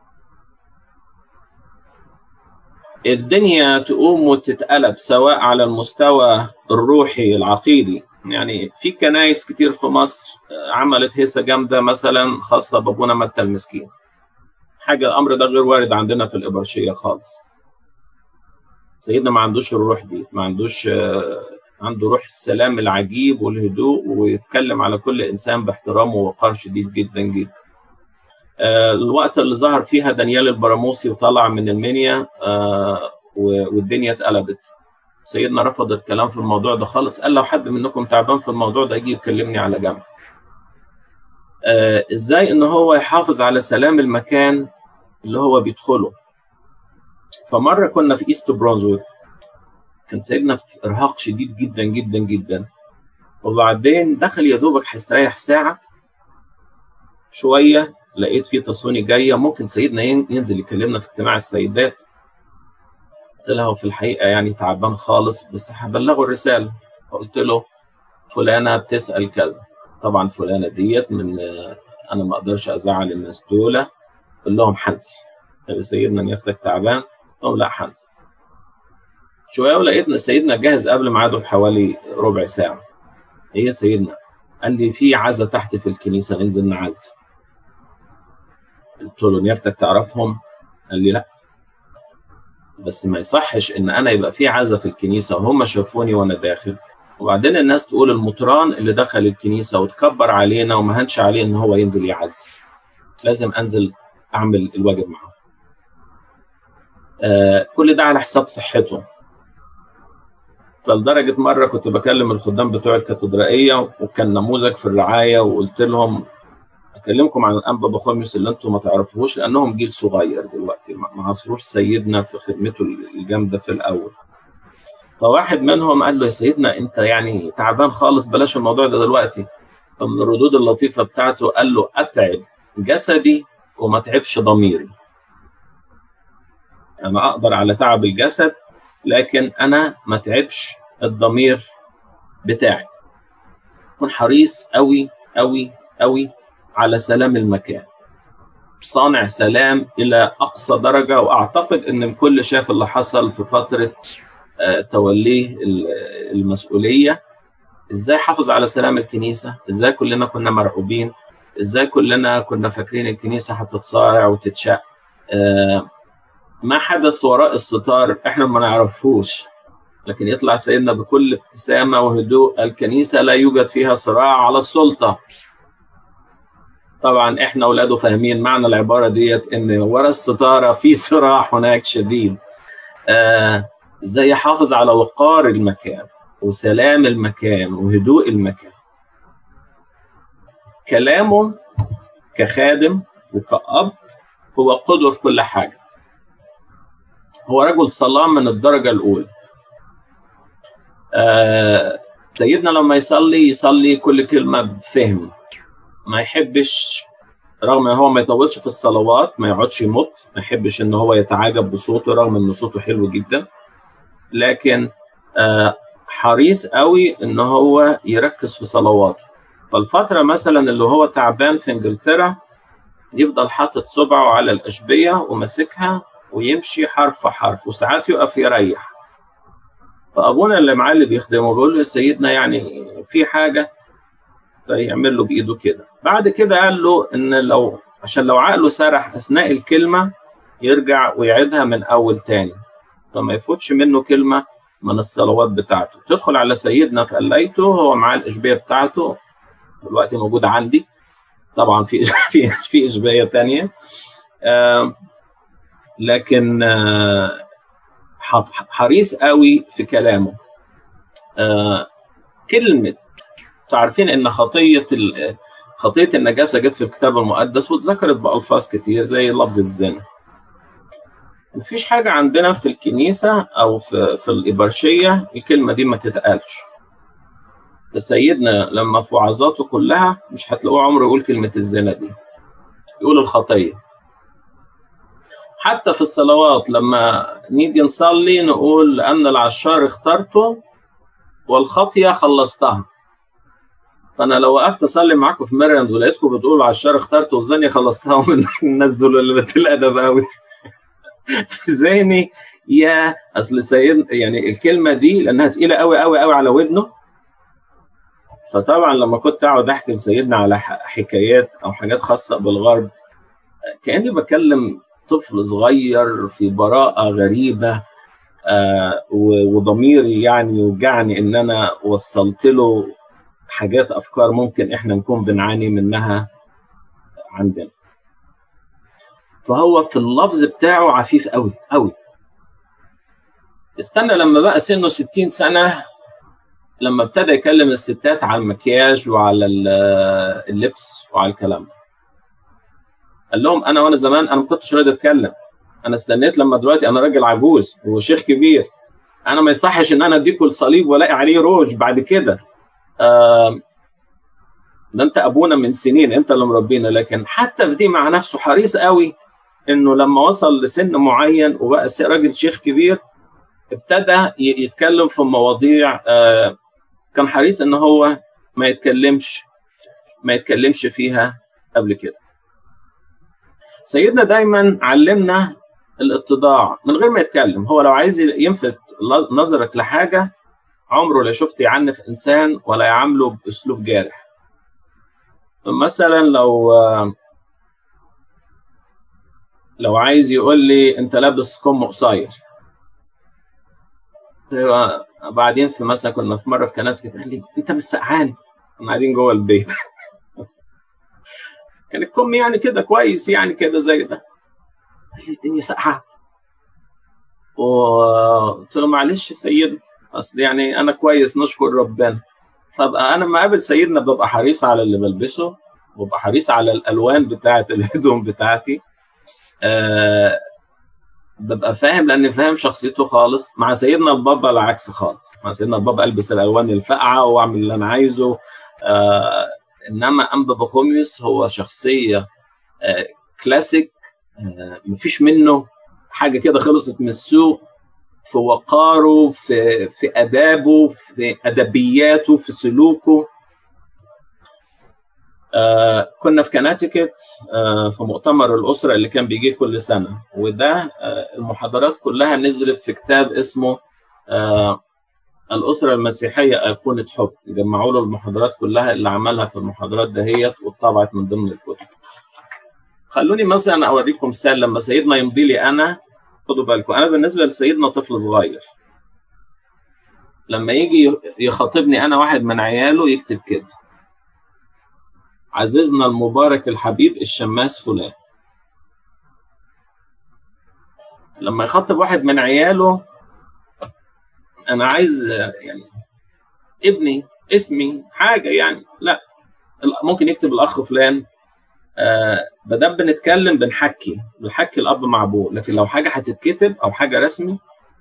الدنيا تقوم وتتقلب، سواء على المستوى الروحي العقيدي، يعني في كنايس كتير في مصر عملت هيصه جامده مثلا خاصه بابونا متى المسكين، حاجه الامر ده غير وارد عندنا في الابرشيه خالص. سيدنا ما عندوش الروح دي، ما عندوش عنده روح السلام العجيب والهدوء، ويتكلم على كل انسان باحترام ووقار شديد جدا جدا. الوقت اللي ظهر فيها دانيال البراموسي وطلع من المنيا والدنيا اتقلبت، سيدنا رفض الكلام في الموضوع ده خالص، قال لو حد منكم تعبان في الموضوع ده يجي يكلمني على جنب. ازاي ان هو يحافظ على سلام المكان اللي هو بيدخله. فمره كنا في ايست برونزويك، كان سيدنا في ارهاق شديد جدا جدا جدا، وبعدين دخل يا دوبك هيستريح ساعه شويه، لقيت في تصوني جايه، ممكن سيدنا ينزل يكلمنا في اجتماع السيدات. قلت له في الحقيقه يعني تعبان خالص، بس هبلغه الرساله. فقلت له فلانه بتسال كذا، طبعا فلانه ديت من انا ما اقدرش ازعل الناس دول، قول لهم حنسي. طب سيدنا نيافتك تعبان؟ قلت لهم لا حنسي. شويه ولقيتنا سيدنا جاهز قبل ميعاده بحوالي ربع ساعه. ايه يا سيدنا؟ قال لي في عزا تحت في الكنيسه، ننزل نعزي. قلت له نيافتك تعرفهم؟ قال لي لا، بس ما يصحش ان انا يبقى في عزا في الكنيسه وهم شافوني وانا داخل، وبعدين الناس تقول المطران اللي دخل الكنيسه وتكبر علينا وما هنش عليه ان هو ينزل يعزي. لازم انزل اعمل الواجب معه. كل ده على حساب صحته. فلدرجه مره كنت بكلم الخدام بتوع الكاتدرائيه، وكان نموذج في الرعايه، وقلت لهم اكلمكم عن الانبا بخوميوس اللي انتم ما تعرفوهوش، لانهم جيل صغير دلوقتي ما عصروش سيدنا في خدمته الجامده في الاول. فواحد منهم قال له يا سيدنا انت يعني تعبان خالص، بلاش الموضوع ده دلوقتي. فمن الردود اللطيفه بتاعته قال له اتعب جسدي وما تعبش ضميري. انا اقدر على تعب الجسد لكن انا ما تعبش الضمير بتاعي. كن حريص قوي قوي قوي على سلام المكان، صانع سلام الى اقصى درجه. واعتقد ان الكل شاف اللي حصل في فتره توليه المسؤوليه، ازاي حافظ على سلام الكنيسه، ازاي كلنا كنا مرعوبين، ازاي كلنا كنا فاكرين الكنيسه هتتصارع وتتشق. ما حدث وراء الستار احنا ما نعرفوش، لكن يطلع سيدنا بكل ابتسامه وهدوء: الكنيسه لا يوجد فيها صراع على السلطه. طبعا احنا اولاده فاهمين معنى العباره ديت، ان وراء الستاره في صراع هناك شديد. ازاي يحافظ على وقار المكان وسلام المكان وهدوء المكان. كلامه كخادم وكأب هو قدوة في كل حاجة. هو رجل صلاة من الدرجة الأولى. سيدنا لما يصلي كل كلمة بفهم، ما يحبش، رغم ان هو ما يطولش في الصلوات، ما يقعدش يمط، ما يحبش ان هو يتعجب بصوته رغم ان صوته حلو جدا، لكن حريص قوي ان هو يركز في صلواته. فالفترة مثلا اللي هو تعبان في انجلترا يفضل حاطط صبعه على الأشبية وماسكها ويمشي حرف حرف، وساعات يقف يريح. فأبونا اللي معاه اللي بيخدمه بيقول له: سيدنا يعني في حاجة، فيعمل له بإيده كده. بعد كده قال له إن عشان لو عقله سرح أثناء الكلمة يرجع ويعيدها من أول تاني، فما يفوتش منه كلمة من الصلوات بتاعته. تدخل على سيدنا في قلايته هو معاه الأشبية بتاعته، دلوقتي موجودة عندي طبعا، في إشبية تانية، لكن حريص قوي في كلامه. كلمة، تعرفين ان خطية النجاسة جت في الكتاب المقدس واتذكرت بألفاظ كتير زي لفظ الزنا. مفيش حاجة عندنا في الكنيسة او في الإبرشية الكلمة دي ما تتقالش. سيدنا لما في وعظاته كلها مش هتلاقوه عمره يقول كلمة الزنا دي، يقول الخطية. حتى في الصلوات لما نيجي نصلي نقول: لأن العشار اخترته والخطية خلصتها. فأنا لو وقفت أصلي معاكم في ميرلاند ولقيتكم بتقولوا العشار اخترته والزانية خلصتها، من الناس دول اللي بتلقى قوي في ذهني. يا أصل سيد يعني الكلمة دي لأنها تقيلة قوي قوي قوي على ودنه. فطبعا لما كنت أقعد أحكي لسيدنا على حكايات أو حاجات خاصة بالغرب، كأني بكلم طفل صغير في براءة غريبة، وضميري يعني يوجعني ان انا وصلت له حاجات، افكار ممكن احنا نكون بنعاني منها عندنا. فهو في اللفظ بتاعه عفيف قوي قوي. استنى لما بقى سنه 60 سنة، لما ابتدى يكلم الستات على المكياج وعلى اللبس وعلى الكلام ده، قال لهم: وانا زمان انا ما كنتش راضي اتكلم، انا استنيت لما دلوقتي انا راجل عجوز وشيخ كبير، انا ما يصحش ان انا اديكم الصليب والاقي عليه روج بعد كده. ده انت ابونا من سنين، انت اللي مربينا. لكن حتى في دي مع نفسه حريص قوي انه لما وصل لسن معين وبقى راجل شيخ كبير ابتدى يتكلم في مواضيع كان حريص ان هو ما يتكلمش فيها قبل كده. سيدنا دايما علمنا الاتضاع من غير ما يتكلم. هو لو عايز ينفت نظرك لحاجة عمره لا شفت يعنف إنسان ولا يعامله بأسلوب جارح. مثلا لو عايز يقول لي أنت لابس كم قصير، بعدين في مثلا كنا في مرة في قناة كده قال لي: أنت مش سقعان؟ كنا قاعدين جوه البيت كان الكم يعني كده كويس يعني كده زي ده. قال لي: الدنيا ساقعه. وقلت له: معلش يا سيدنا، اصل يعني انا كويس نشكر ربنا. فبقى انا لما اقابل سيدنا ببقى حريص على اللي بلبسه، وببقى حريص على الالوان بتاعه الهدوم بتاعتي. ببقى فاهم لاني فاهم شخصيته خالص. مع سيدنا البابا العكس خالص، مع سيدنا البابا البس الالوان الفاقعه واعمل اللي انا عايزه. انما انبا بخوميوس هو شخصيه كلاسيك، مفيش منه حاجه كده خلصت من السوق. في وقاره، في آدابه، في أدبياته، في سلوكه. كنا في كونتيكت في مؤتمر الأسرة اللي كان بيجي كل سنة، وده المحاضرات كلها نزلت في كتاب اسمه الأسرة المسيحية أيقونة حب. جمعوا له المحاضرات كلها اللي عملها في المحاضرات دهيت واتطبعت من ضمن الكتب. خلوني مثلا أوريكم مثال. لما سيدنا يمضي لي أنا، خدوا بالكم، أنا بالنسبة لسيدنا طفل صغير، لما يجي يخاطبني أنا واحد من عياله يكتب كده: عزيزنا المبارك الحبيب الشماس فلان. لما يخاطب واحد من عياله، أنا عايز يعني ابني، اسمي، حاجة يعني، لا، ممكن يكتب الأخ فلان. بدل بنتكلم بنحكي الأب مع أبوه، لكن لو حاجة هتتكتب أو حاجة رسمي،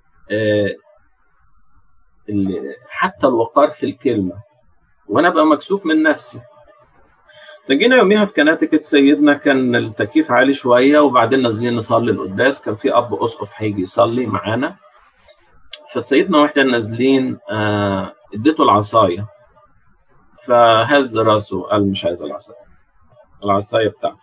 حتى الوقار في الكلمة، وأنا بقى مكسوف من نفسي. فجينا يوميها في كونتيكت، سيدنا كان التكييف عالي شوية، وبعدين نازلين نصلي القداس، كان في أب أسقف هيجي يصلي معانا. فسيدنا واحنا نازلين اديته العصاية، فهز راسه قال مش عايز العصاية بتاعته.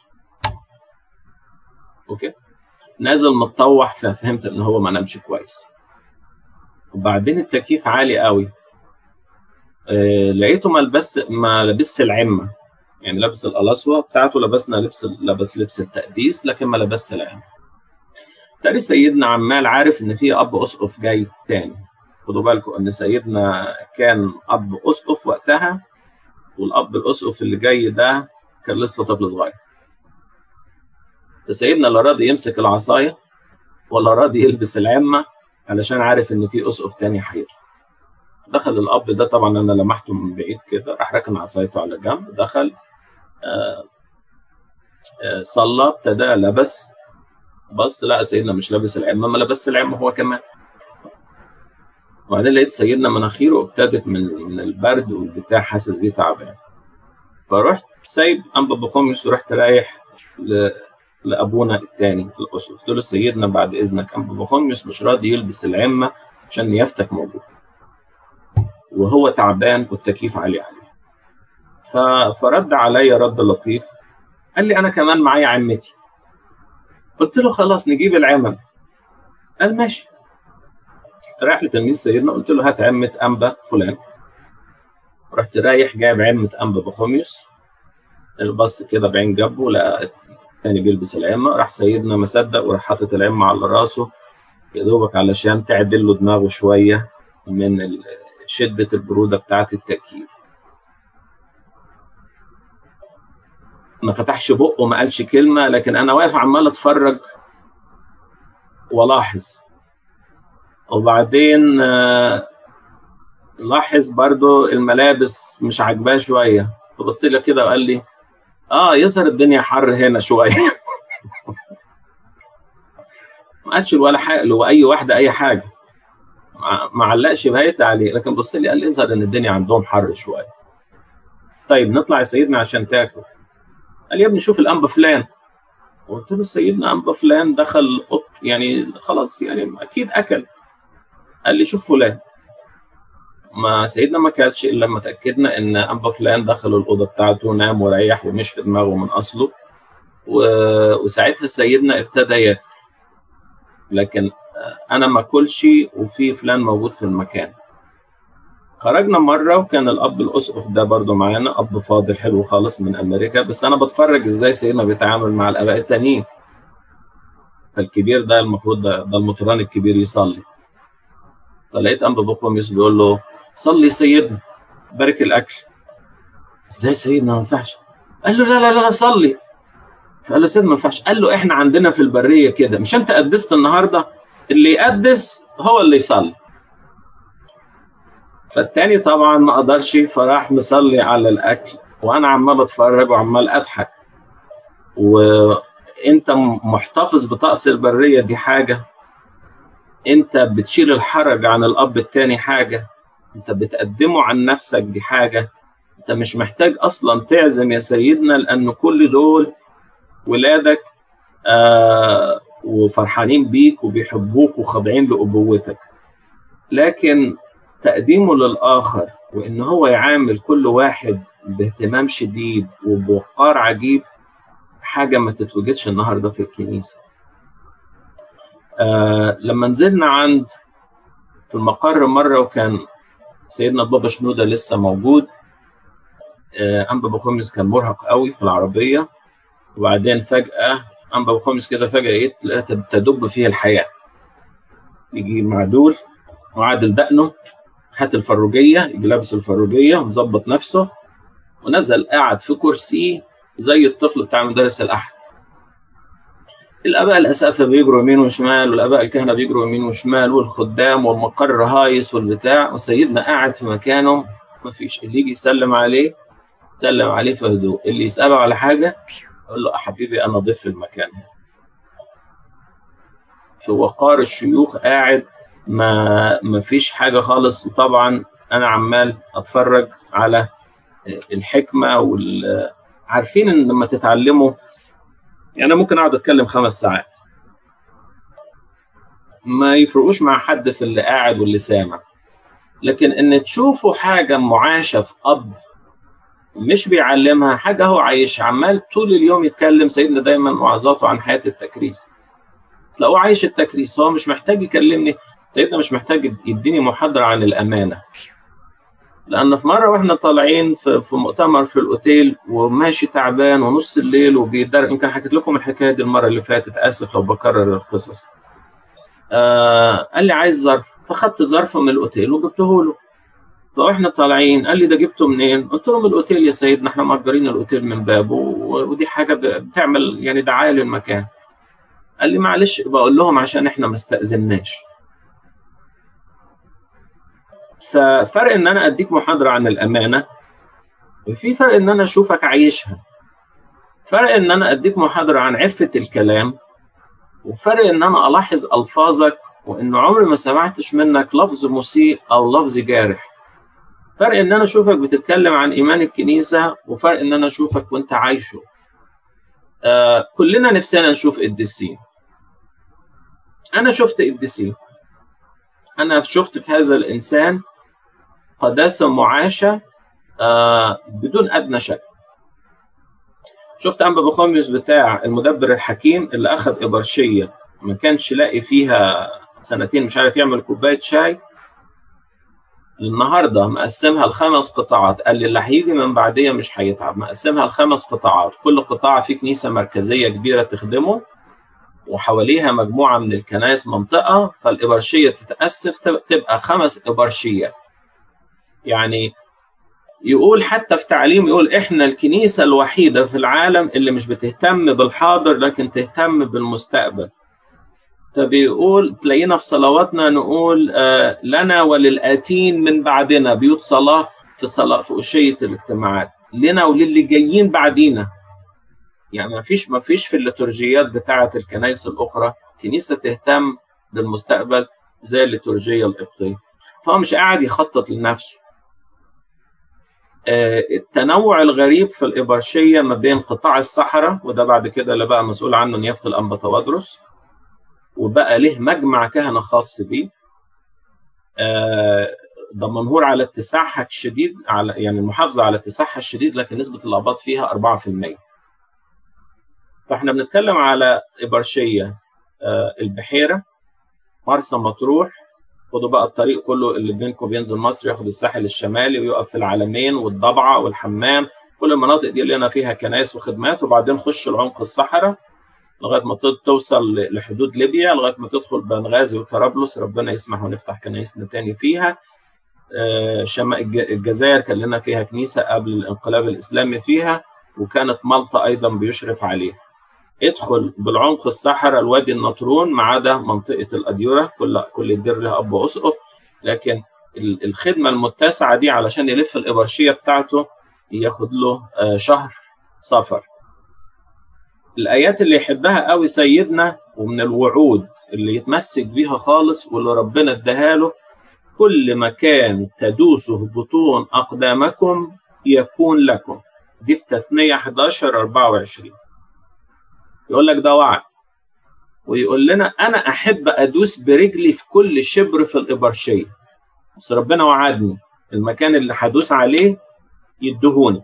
اوكي، نازل متطوح، ففهمت ان هو ما نامش كويس. وبعدين التكييف عالي قوي، لقيته ما لبس العمة، يعني لابس القلاصوة بتاعته، لبس لبس التقديس، لكن ما لبس العمة. تاني سيدنا عمال عارف ان في اب اسقف جاي تاني. خدوا بالكم ان سيدنا كان اب اسقف وقتها، والاب الاسقف اللي جاي ده كان لسه طفل صغير. فسيدنا لا راضي يمسك العصايه ولا راضي يلبس العمه، علشان عارف ان في اسقف تاني هيدخل. دخل الاب ده، طبعا انا لمحته من بعيد كده، راح راكن عصايته على جنب، دخل صلى، ابتدى لبس، بص لقى سيدنا مش لابس العمه، ما لبس العمه هو كمان. وبعدين لقيت سيدنا مناخيره ابتدت من البرد والبتاع، حاسس بيه تعبان. فرحت سايب انبا بخوميوس ورحت رايح لابونا الثاني الاسقف. قلت له سيدنا بعد اذنك، انبا بخوميوس مش راضي يلبس العمه عشان نيافتك موجود، وهو تعبان والتكييف عالي عليه. فرد عليا رد لطيف، قال لي انا كمان معايا عمتي. قلت له خلاص نجيب العمل. قال ماشي. رايح لتلميذ سيدنا، قلت له هات عمه انبا فلان. رحت رايح جايب عمه انبا بخوميوس، البص كده بعين جنبه لقى الثاني بيلبس العمه. راح سيدنا ما صدق وراح حاطط العمه على راسه يا دوبك علشان تعدل له دماغه شويه من شده البروده بتاعه التكييف. ما فتحش بقه، ما قالش كلمه، لكن انا واقف عمال اتفرج ولاحظ. وبعدين لاحظ برضو الملابس مش عاجباه شويه، فبص لي كده وقال لي يظهر الدنيا حر هنا شويه. ما قالش ولا حاجه لو اي واحده اي حاجه، ما علقش بهيت عليه، لكن بص لي قال لي يظهر ان الدنيا عندهم حر شويه. طيب نطلع يا سيدنا عشان تاكل. قال يا ابني شوف الانبا فلان. قلت له سيدنا انبا فلان دخل يعني خلاص يعني اكيد اكل. قال لي شوف فلان. ما سيدنا ما كانش الا لما تاكدنا ان انبا فلان دخل الاوضه بتاعته، نام وريح ومش في دماغه من اصله، وساعتها سيدنا ابتدى ياكل. لكن انا ما اكلش وفي فلان موجود في المكان. خرجنا مره وكان الاب الاسقف ده برضو معانا، اب فاضل حلو خالص من امريكا، بس انا بتفرج ازاي سيدنا بيتعامل مع الاباء التانيين. فالكبير ده المفروض ده المطران الكبير يصلي. فلقيت انبا بخوميوس بيقول له صلي سيدنا بارك الاكل. ازاي سيدنا ما ينفعش؟ قال له لا لا لا صلي. فقال له سيدنا ما ينفعش. قال له احنا عندنا في البريه كده، مش انت قدست النهارده؟ اللي يقدس هو اللي يصلي. فالتاني طبعا ما قدرش، فراح مصلي على الاكل، وانا عمال اتفرج وعمال اضحك. وانت محتفظ بطقس البريه دي حاجه، انت بتشيل الحرج عن الاب التاني حاجه، انت بتقدمه عن نفسك دي حاجه. انت مش محتاج اصلا تعزم يا سيدنا، لان كل دول ولادك وفرحانين بيك وبيحبوك وخاضعين لابوتك. لكن تقديمه للآخر وإن هو يعامل كل واحد باهتمام شديد وبوقار عجيب حاجة ما تتوجدش النهاردة في الكنيسة. لما نزلنا في المقر مرة وكان سيدنا البابا شنودة لسه موجود، أنبا بخوميس كان مرهق قوي في العربية، وبعدين فجأة أنبا بخوميس كده فجأة تدب فيه الحياة، يجي معدول وعادل دقنه، هات الفروجية، يجي لابس الفروجية ومظبط نفسه، ونزل قاعد في كرسيه زي الطفل بتاع مدرس الأحد. الآباء الأسقفة بيجروا يمين وشمال، والآباء الكهنة بيجروا يمين وشمال، والخدام والمقر هايص والبتاع، وسيدنا قاعد في مكانه، مفيش اللي يجي يسلم عليه سلم عليه في هدوء، اللي يسأله على حاجة يقول له حبيبي أنا ضيف في المكان. في وقار الشيوخ قاعد، ما فيش حاجة خالص. وطبعا أنا عمال أتفرج على الحكمة عارفين إن لما تتعلموا، يعني أنا ممكن أقعد أتكلم 5 ساعات ما يفرقوش مع حد في اللي قاعد واللي سامع، لكن إن تشوفوا حاجة معاشة في أب مش بيعلمها، حاجة هو عايش عمال طول اليوم يتكلم. سيدنا دايما وعظاته عن حياة التكريس، تلاقوه عايش التكريس، هو مش محتاج يكلمني. سيدنا مش محتاج يديني محاضرة عن الأمانة، لأن في مرة وإحنا طالعين في مؤتمر في الأوتيل وماشي تعبان ونص الليل وبيدرب، يمكن حكيت لكم الحكاية دي المرة اللي فاتت، آسف لو بكرر القصص. قال لي عايز ظرف، فخدت ظرف من الأوتيل وجبته له. فإحنا طالعين قال لي ده جبته منين؟ قلت له من الأوتيل يا سيدنا، إحنا مأجرين الأوتيل من بابه، ودي حاجة بتعمل يعني دعاية للمكان. قال لي معلش بقول لهم عشان إحنا ما استأذناش. ففرق ان انا اديك محاضرة عن الامانة، وفي فرق ان انا اشوفك عايشها. فرق ان انا اديك محاضرة عن عفة الكلام، وفرق ان انا الاحظ الفاظك وان عمري ما سمعتش منك لفظ مسيء او لفظ جارح. فرق ان انا اشوفك بتتكلم عن ايمان الكنيسة، وفرق ان انا اشوفك وانت عايشه. كلنا نفسنا نشوف قديسين. انا شفت قديسين، انا شفت في هذا الانسان قداسة معاشة بدون أدنى شك. شفت أنبا بخوميس بتاع المدبر الحكيم اللي أخذ إبرشية ما كانش لاقي فيها 2 مش عارف يعمل كوباية شاي، النهاردة مقسمها ل5 قطاعات. قال لي اللي هيجي من بعدية مش هيتعب، مقسمها ل5 قطاعات، كل قطاع فيه كنيسة مركزية كبيرة تخدمه، وحواليها مجموعة من الكنائس منطقة، فالإبرشية تتأسف تبقى 5 إبرشيات. يعني يقول حتى في تعليم، يقول احنا الكنيسة الوحيدة في العالم اللي مش بتهتم بالحاضر لكن تهتم بالمستقبل. فبيقول تلاقينا في صلواتنا نقول لنا وللآتين من بعدنا، بيوت صلاة في أشية الاجتماعات، لنا وللي جايين بعدينا. يعني ما فيش في الليتورجيات بتاعة الكنائس الأخرى كنيسة تهتم بالمستقبل زي الليتورجية القبطية. فهو مش قاعد يخطط لنفسه. التنوع الغريب في الإبرشية ما بين قطاع الصحراء، وده بعد كده اللي بقى مسؤول عنه نيافة الأنبا توادرس، وبقى له مجمع كهنة خاص بيه. دمنهور على اتساعها الشديد، على يعني المحافظة على اتساعها الشديد، لكن نسبة الأقباط فيها 4%. فاحنا بنتكلم على إبرشية البحيرة، مرسى مطروح. خدوا بقى الطريق كله اللي بينكم بينزل مصر، ياخد الساحل الشمالي ويقف في العلمين والضبعة والحمام، كل المناطق دي اللي لنا فيها كنائس وخدمات. وبعدين خش العمق الصحراء لغايه ما توصل لحدود ليبيا، لغايه ما تدخل بنغازي وطرابلس، ربنا يسمح ونفتح كنائسنا تاني فيها. الجزائر كان لنا فيها كنيسه قبل الانقلاب الاسلامي فيها، وكانت مالطا ايضا بيشرف عليه. ادخل بالعمق الصحراء الوادي النطرون، ما عدا منطقه الاديره، كل دير له اب واسقف. لكن الخدمه المتسعه دي علشان يلف الابرشيه بتاعته ياخد له شهر سفر. الايات اللي يحبها قوي سيدنا ومن الوعود اللي يتمسك بيها خالص واللي ربنا اداها له، كل مكان تدوسه بطون اقدامكم يكون لكم. دي في تثنية 11:24. يقول لك ده وعد، ويقول لنا انا احب ادوس برجلي في كل شبر في الابرشيه. بس ربنا وعدني المكان اللي هدوس عليه يدهوني.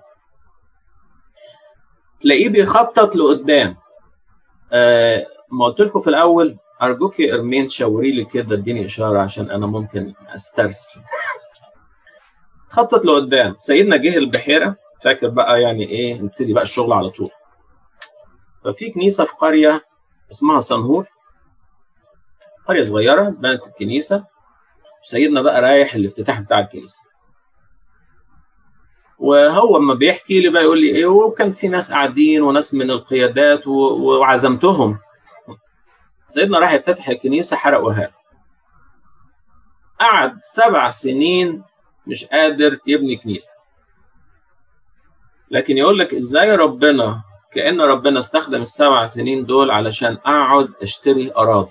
تلاقيه بيخطط لقدام. ما قلت لكم في الاول، ارجوك يا ارمين شاوري لي كده، اديني اشاره عشان انا ممكن استرسل. خطط لقدام. سيدنا جه البحيره، فاكر بقى يعني ايه، نبتدي بقى الشغل على طول. ففي كنيسه في قريه اسمها صنهور، قريه صغيره، بنت الكنيسه. سيدنا بقى رايح الافتتاح بتاع الكنيسه، وهو اما بيحكي لي بقى يقول لي ايه، وكان في ناس قاعدين وناس من القيادات وعزمتهم. سيدنا راح يفتتح الكنيسه، حرقوها. قعد 7 سنين مش قادر يبني كنيسه. لكن يقول لك ازاي ربنا، كأن ربنا استخدم ال7 سنين دول علشان اقعد اشتري اراضي.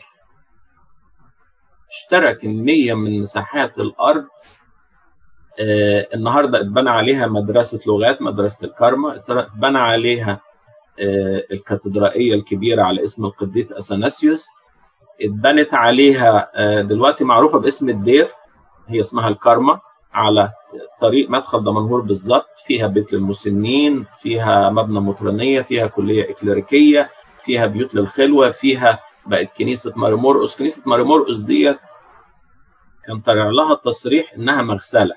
اشترى كميه من مساحات الارض. النهارده اتبنى عليها مدرسه لغات، مدرسه الكارما، اتبنى عليها الكاتدرائيه الكبيره على اسم القديس اثناسيوس، اتبنت عليها دلوقتي معروفه باسم الدير، هي اسمها الكارما، على طريق مدخل دمنهور بالظبط. فيها بيت للمسنين، فيها مبنى مطرانيه، فيها كليه اكليريكيه، فيها بيوت للخلوه، فيها بقت كنيسه ماري مرقس. كنيسه ماري مرقس دي كان طلع لها التصريح انها مغسله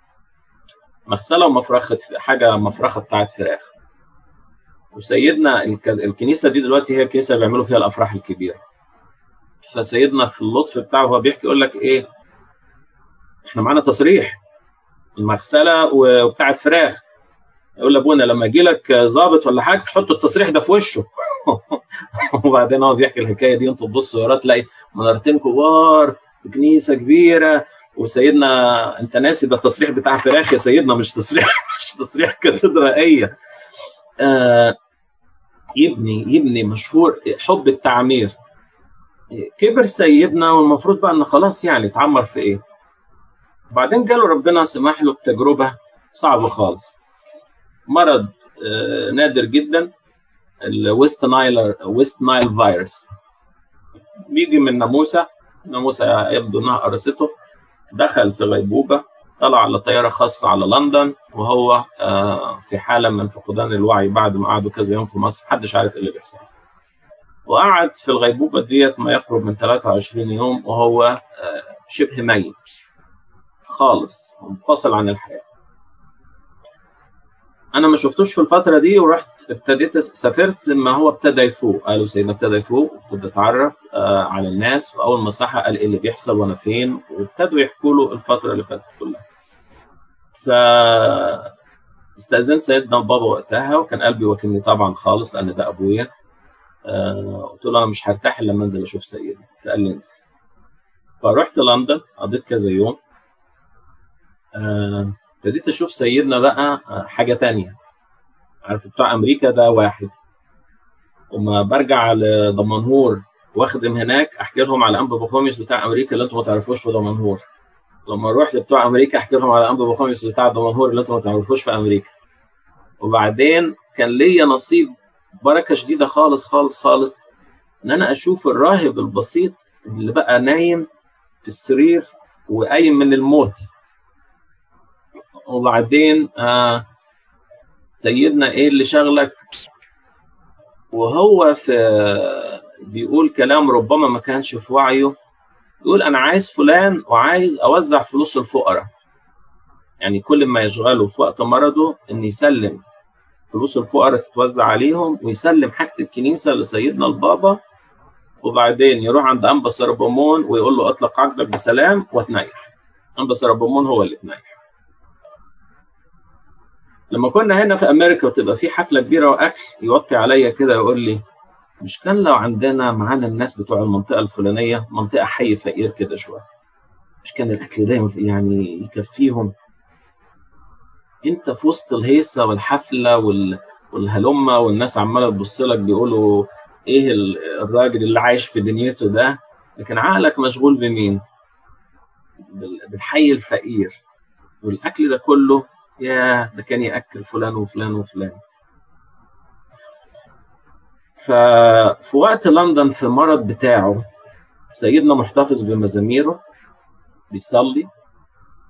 ومفرخه، حاجه مفرخه بتاعت فراخ. وسيدنا الكنيسه دي دلوقتي هي الكنيسه اللي بيعملوا فيها الافراح الكبيره. فسيدنا في اللطف بتاعه هو بيحكي يقول لك ايه، احنا معانا تصريح المغسله وبتاعت فراخ. يقول لابونا لما يجي لك ظابط ولا حاجه تحط التصريح ده في وشه. وبعدين هو بيحكي الحكايه دي، انتوا تبصوا ورا تلاقي منارتين كبار، كنيسه كبيره، وسيدنا انت ناسي ده التصريح بتاع فراخ يا سيدنا، مش تصريح كاتدرائيه. يبني مشهور حب التعمير. كبر سيدنا والمفروض بقى ان خلاص يعني اتعمر في ايه. بعدين جاله ربنا سمح له بتجربه صعبه خالص، مرض نادر جدا، الويست نايل فيروس. بيجي من ناموسه يبدو انها قرصته، دخل في غيبوبه، طلع على طياره خاصه على لندن، وهو في حاله من فقدان الوعي بعد ما قعدوا كذا يوم في مصر، محدش عارف ايه اللي بيحصل. وقعد في الغيبوبه ديت ما يقرب من 23 يوم وهو شبه ميت خالص، منفصل عن الحياه. انا ما شفتوش في الفتره دي، ورحت ابتديت سافرت ما هو ابتدى يفوق. قالوا سيدنا ابتدى يفوق، ابتدى يتعرف على الناس، واول ما صحى قال ايه اللي بيحصل وانا فين، وابتدوا يحكوا له الفتره اللي فاتت كلها. استاذنت سيدنا بابا وقتها، وكان قلبي واكلني طبعا خالص لان ده ابويا. قلت له انا مش هرتاح الا لما انزل اشوف سيدنا. فقال لي انزل. فرحت لندن، قضيت كذا يوم. ابتديت اشوف سيدنا بقى حاجه تانية. عارف بتوع امريكا ده واحد، وما برجع لدمنهور واخدم هناك احكي لهم على انبا بخوميوس بتاع امريكا اللي انتم ما تعرفوش في دمنهور. لما اروح لبتوع امريكا احكي لهم على انبا بخوميوس بتاع دمنهور اللي انتم ما تعرفوش في امريكا. وبعدين كان ليا نصيب بركه شديده خالص خالص خالص، ان انا اشوف الراهب البسيط اللي بقى نايم في السرير وقايم من الموت. وبعدين سيدنا ايه اللي شغلك، وهو بيقول كلام ربما ما كانش في وعيه. يقول انا عايز فلان وعايز اوزع فلوس الفقراء. يعني كل ما يشغله في وقت مرضه ان يسلم فلوس الفقراء تتوزع عليهم، ويسلم حاجه الكنيسه لسيدنا البابا، وبعدين يروح عند انبا سربمون ويقول له اطلق عقدك بسلام وتنيح. انبا سربمون هو اللي تنيح. لما كنا هنا في امريكا وتبقى في حفله كبيره واكل، يوطي عليا كده يقول لي مش كان لو عندنا معانا الناس بتوع المنطقه الفلانيه، منطقه حي فقير كده شويه، مش كان الاكل دايما يعني يكفيهم؟ انت في وسط الهيصه والحفله والهلمه والناس عماله تبص لك بيقولوا ايه الراجل اللي عايش في دنيته ده، لكن عقلك مشغول بمين؟ بالحي الفقير. والاكل ده كله يا ده كان ياكل فلان وفلان وفلان. ففي وقت لندن في المرض بتاعه، سيدنا محتفظ بمزاميره، بيصلي،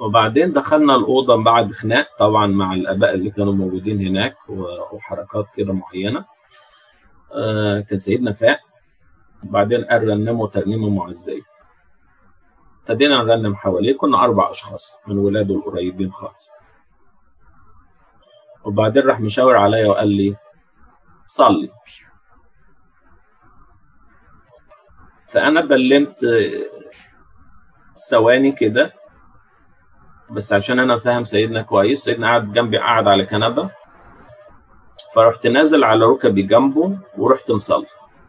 وبعدين دخلنا الأوضة بعد خناق طبعا مع الآباء اللي كانوا موجودين هناك وحركات كده معينة. كان سيدنا فاق، وبعدين قال رنموا ترنيمة معزية. ابتدينا نرنم حواليه، كنا 4 أشخاص من ولاده القريبين خالص. وبعدين راح مشاور عليا وقال لي صلي. فأنا بلمت ثواني كده، بس عشان أنا فاهم سيدنا كويس. سيدنا قاعد جنبي، قاعد على كنبة، فرحت نازل على ركبي جنبه ورحت مصلي.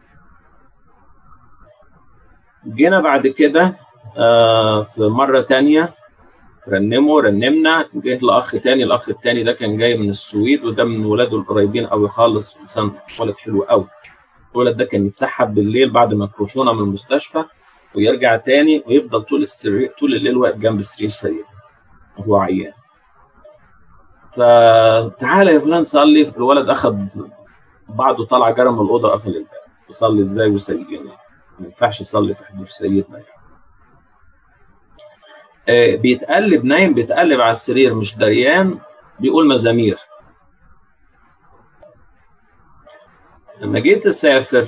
جينا بعد كده في مرة تانية رنمنا. جه الأخ تاني، الأخ التاني ده كان جاي من السويد، وده من ولاده القريبين قوي خالص، إنسان ولد حلو قوي. الولد ده كان يتسحب بالليل بعد ما يكرشونا من المستشفى ويرجع تاني ويفضل طول الليل واقف جنب السرير سرير وهو عيان. فتعالى يا فلان صلي. الولد أخذ بعده، طلع جرى من الأوضة وقفل الباب. يصلي إزاي وسيدنا؟ ما ينفعش يصلي في حضور سيدنا يعني. بيتقلب نايم، بيتقلب على السرير مش دريان، بيقول مزامير. لما جيت اسافر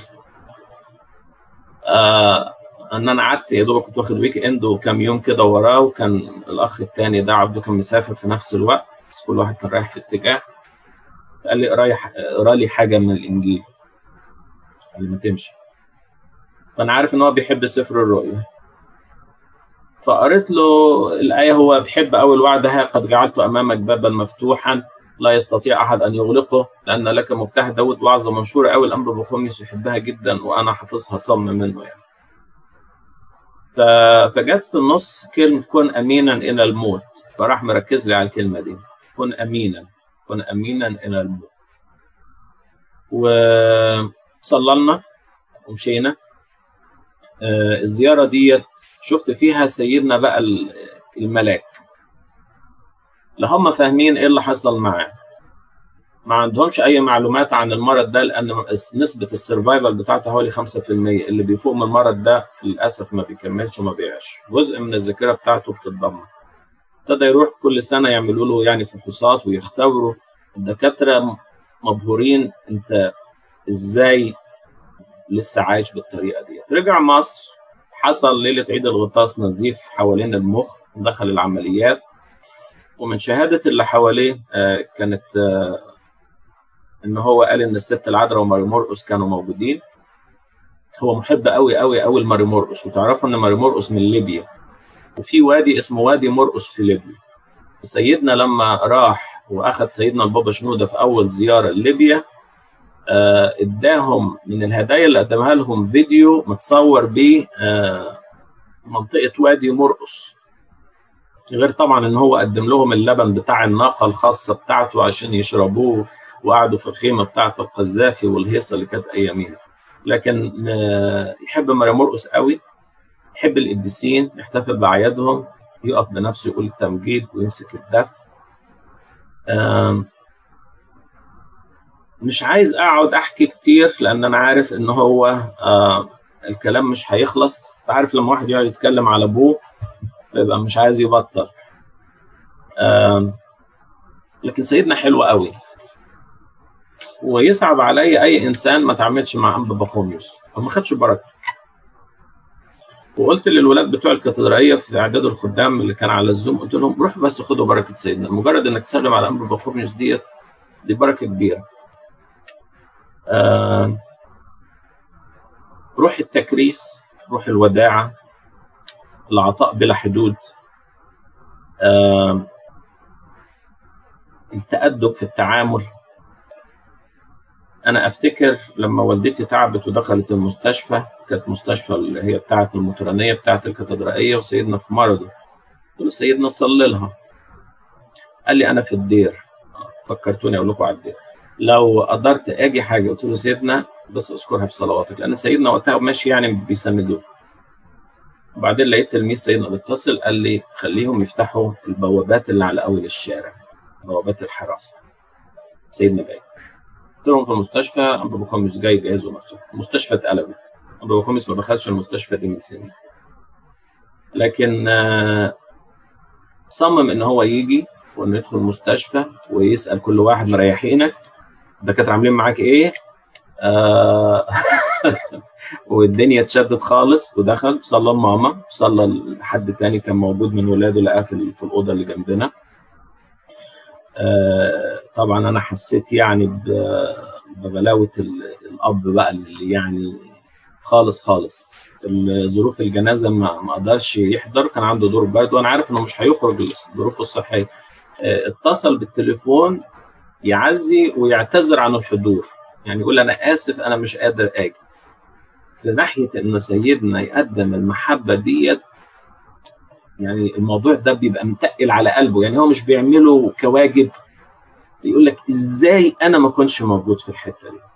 ان انا قعدت يا دوب، كنت واخد ويك اند وكام يوم كده وراه، وكان الاخ الثاني ده عبده كان مسافر في نفس الوقت، بس كل واحد كان رايح في اتجاه. قال لي اقرا لي حاجه من الانجيل قبل ما تمشي. فانا عارف ان هو بيحب سفر الرؤيا، فقريت له الايه. هو بيحب اول وعدها: قد جعلت امامك بابا مفتوحا لا يستطيع احد ان يغلقه لان لك مفتاح داود. وعظه مشهوره قوي، الانبا بخوميوس يحبها جدا وانا حافظها صم منه يعني. فجت في النص كلمه كن امينا الى الموت، فراح مركز لي على الكلمه دي: كن امينا، كن امينا الى الموت. وصللنا ومشينا. الزياره ديت شفت فيها سيدنا بقى الملاك. لا هم فاهمين ايه اللي حصل معاه، ما عندهمش اي معلومات عن المرض ده، لان نسبه السرفايفل بتاعته حوالي 5%. اللي بيفوق من المرض ده للاسف ما بيكملش وما بيعيش، جزء من الذاكره بتاعته بتتدمر. ابتدى يروح كل سنه يعملوا له يعني فحوصات ويختبروا. الدكاتره مبهورين، انت ازاي لسه عايش بالطريقه دي؟ رجع مصر، حصل ليله عيد الغطاس نزيف حوالين المخ، دخل العمليات. ومن شهاده اللي حواليه كانت ان هو قال ان الست العذراء وماري مرقس كانوا موجودين. هو محب قوي قوي قوي لماري مرقس، وتعرفوا ان ماري مرقس من ليبيا، وفي وادي اسمه وادي مرقس في ليبيا. سيدنا لما راح واخذ سيدنا البابا شنوده في اول زياره لليبيا، اداهم من الهدايا اللي قدمها لهم فيديو متصور بيه منطقه وادي مرقس، غير طبعا ان هو قدم لهم اللبن بتاع الناقه الخاصه بتاعته عشان يشربوه، وقعدوا في الخيمه بتاعه القذافي والهيصه اللي كانت اياميها. لكن يحب ماري مرقس قوي، يحب القديسين، يحتفل باعيادهم، يقف بنفسه يقول التمجيد ويمسك الدف. مش عايز اقعد احكي كتير لان انا عارف ان هو الكلام مش هيخلص. عارف لما واحد يقعد يتكلم على ابوه يبقى مش عايز يبطل. لكن سيدنا حلو قوي، ويصعب علي اي انسان ما تعاملش مع انبا بخوميوس وما خدش بركه. وقلت للولاد بتوع الكاتدرائيه في اعداد الخدام اللي كان على الزوم، قلت لهم روحوا بس خدوا بركه سيدنا. مجرد انك تسلم على انبا بخوميوس دي بركه كبيره. روح التكريس، روح الوداعه، العطاء بلا حدود، التأدب في التعامل. أنا أفتكر لما والدتي تعبت ودخلت المستشفى، كانت مستشفى اللي هي بتاعة المطرانية بتاعة الكاتدرائية، وسيدنا في مرضه. قلت له سيدنا صلي لها. قال لي أنا في الدير. فكرتوني أقول لكم على الدير، لو قدرت أجي حاجة. قلت له سيدنا بس أذكرها بصلواتك، لأن سيدنا وقتها ماشي يعني بيسندوه. وبعدين لقيت تلميذ سيدنا بيتصل قال لي خليهم يفتحوا البوابات اللي على أول الشارع، بوابات الحراسة. سيدنا جاي. قلت لهم في المستشفى انبا بخوميوس جاي جهزوا نفسه. المستشفى اتقلبت. انبا بخوميوس ما دخلش المستشفى دي من سنين. لكن صمم ان هو يجي وانه يدخل المستشفى ويسال كل واحد مريحينك الدكاتره عاملين معاك ايه. والدنيا اتشدت خالص، ودخل صلى لماما، صلى لحد تاني كان موجود من ولاده لقاه في الاوضه اللي جنبنا. طبعا انا حسيت يعني بغلاوه الاب بقى اللي يعني خالص ظروف الجنازه ما قدرش يحضر، كان عنده دور برد وانا عارف انه مش هيخرج لظروفه الصحيه. اتصل بالتليفون يعزي ويعتذر عن الحضور، يعني يقول انا اسف انا مش قادر اجي. لناحيه ان سيدنا يقدم المحبه ديت، يعني الموضوع ده بيبقى متقل على قلبه، يعني هو مش بيعمله كواجب، يقول لك ازاي انا ما كنتش موجود في الحته دي.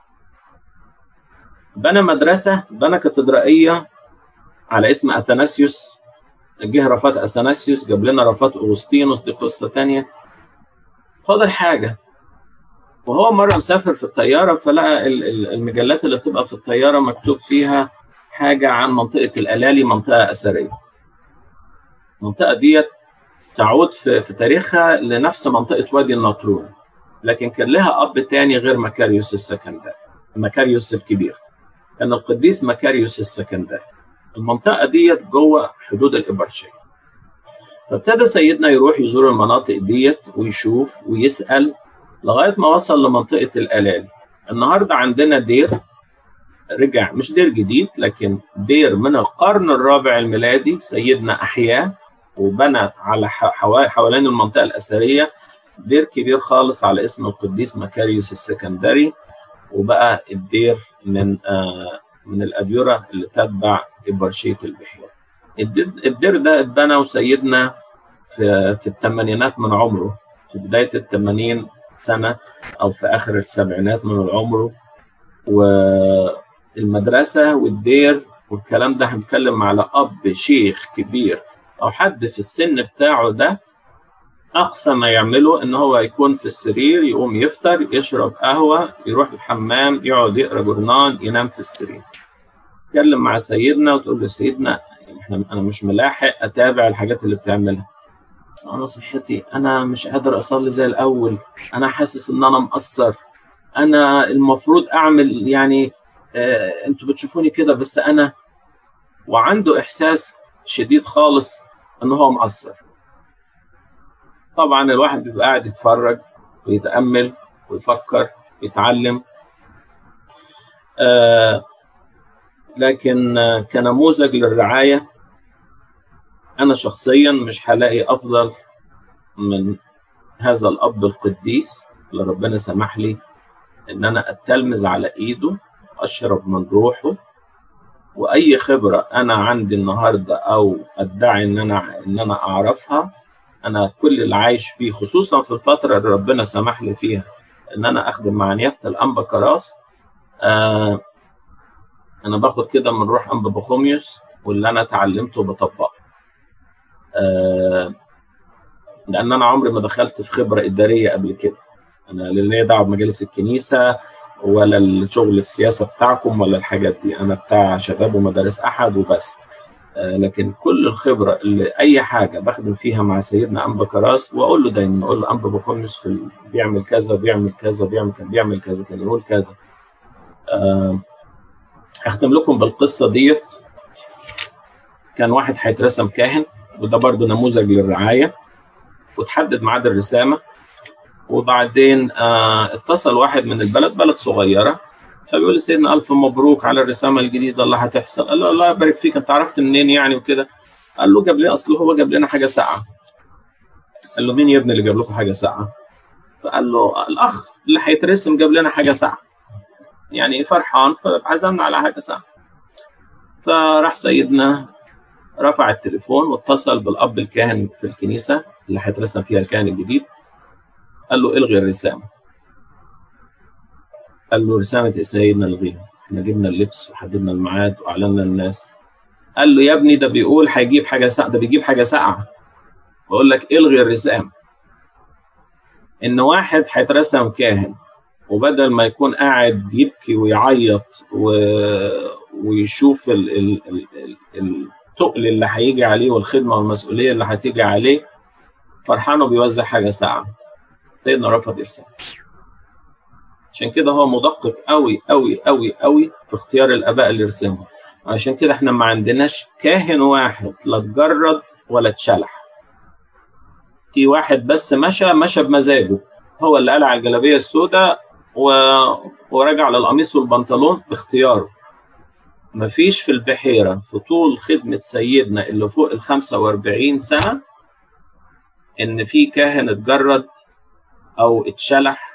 بنى مدرسه، بنى كاتدرائيه على اسم اثناسيوس، جه رفات اثناسيوس جاب لنا رفات اغسطينوس، دي قصه ثانيه. فاضل حاجه، وهو مره مسافر في الطياره فلقى المجلات اللي بتبقى في الطياره مكتوب فيها حاجه عن منطقه الالالي، منطقه اثريه. المنطقه ديت تعود في تاريخها لنفس منطقه وادي النطرون، لكن كان لها اب تاني غير مكاريوس السكندري، مكاريوس الكبير، كان القديس مكاريوس السكندري. المنطقه ديت جوه حدود الابرشيه. فابتدى سيدنا يروح يزور المناطق ديت ويشوف ويسال لغايه ما وصل لمنطقه الالالي. النهارده عندنا دير رجع، مش دير جديد لكن دير من القرن الرابع الميلادي، سيدنا احياه وبنى على حوالين المنطقه الاثريه دير كبير خالص على اسم القديس مكاريوس السكندري، وبقى الدير من الاديره اللي تتبع ابرشيه البحيره. الدير ده اتبنى وسيدنا في الثمانينات من عمره، في بدايه ال80 سنه او في اخر السبعينات من عمره. والمدرسه والدير والكلام ده هنتكلم على اب شيخ كبير او حد في السن بتاعه ده، اقصى ما يعمله ان هو يكون في السرير، يقوم يفطر، يشرب قهوه، يروح الحمام، يقعد يقرا جورنال، ينام في السرير. اتكلم مع سيدنا وتقول له سيدنا انا مش ملاحق اتابع الحاجات اللي بتعملها، بس انا صحتي، انا مش قادر اصلي زي الاول، انا حاسس ان انا مقصر، انا المفروض اعمل يعني انتوا بتشوفوني كده بس انا. وعنده احساس شديد خالص ان هو مقصر. طبعا الواحد بيبقى قاعد يتفرج ويتامل ويفكر ويتعلم، لكن كنموذج للرعايه انا شخصيا مش هلاقي افضل من هذا الاب القديس اللي ربنا سمح لي ان انا اتلمذ على ايده، اشرب من روحه. واي خبره انا عندي النهارده او ادعي ان انا اعرفها، انا كل اللي عايش فيه خصوصا في الفتره اللي ربنا سمح لي فيها ان انا اخدم مع نيافه الانبا كراس، انا باخد كده من روح انبا بخوميوس واللي انا اتعلمته بطبقه. لان انا عمري ما دخلت في خبره اداريه قبل كده، انا لا ليا دعوه بمجالس الكنيسه ولا الشغل السياسه بتاعكم ولا الحاجات دي، انا بتاع شباب ومدارس احد وبس. لكن كل الخبره اللي اي حاجه بخدم فيها مع سيدنا انبا كراس، واقول له دايما، اقول له انبا بخوميوس بيعمل كذا بيعمل كذا بيعمل كذا، كان يقول كذا. اختم لكم بالقصه ديت. كان واحد هيترسم كاهن، وده برضه نموذج للرعايه، وتحدد ميعاد الرسامه، وبعدين اتصل واحد من البلد، بلد صغيره، فبيقول لسيدنا الف مبروك على الرسامه الجديده اللي هتحصل. قال له الله يبارك فيك، انت عرفت منين يعني وكده؟ قال له جاب لي، اصله هو جاب لنا حاجه ساقعه. قال له مين يا ابني اللي جاب لكم حاجه ساقعه؟ فقال له الاخ اللي هيترسم جاب لنا حاجه ساقعه، يعني فرحان فعزمنا على حاجه ساقعه. فراح سيدنا رفع التليفون واتصل بالاب الكاهن في الكنيسه اللي هيترسم فيها الكاهن الجديد، قال له الغي الرسامه. قال له رسامه ايه سيدنا الغيها؟ احنا جبنا اللبس وحددنا الميعاد واعلنا الناس. قال له يا ابني ده بيقول هيجيب حاجه ساقعه، ده بيجيب حاجه ساقعه، بقول لك الغي الرسامه. ان واحد هيترسم كاهن وبدل ما يكون قاعد يبكي ويعيط ويشوف التقل اللي هيجي عليه والخدمه والمسؤوليه اللي هتيجي عليه، فرحان وبيوزع حاجة ساعة. سيدنا رفض يرسم. عشان كده هو مدقق قوي قوي قوي قوي في اختيار الآباء اللي يرسموا. عشان كده احنا ما عندناش كاهن واحد لا اتجرد ولا اتشلح. في واحد بس مشى بمزاجه، هو اللي قلع الجلابية السوداء ورجع للقميص والبنطلون باختياره. مفيش في البحيرة في طول خدمة سيدنا اللي فوق 45 سنة إن في كاهن اتجرد أو اتشلح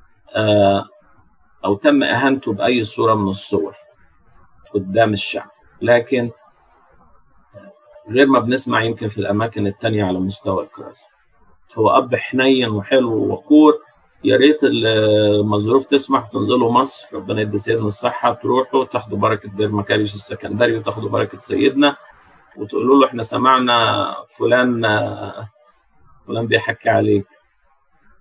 أو تم إهانته بأي صورة من الصور قدام الشعب. لكن غير ما بنسمع يمكن في الأماكن التانية على مستوى الكراسة. هو أب حنين وحلو ووقور. يا ريت المظروف تسمح تنزلوا مصر، ربنا يدي سيدنا الصحة، تروحوا تاخدوا بركة دير مكاريوس السكندري وتاخدوا بركة سيدنا وتقولوا له احنا سمعنا فلان بيحكي عليك.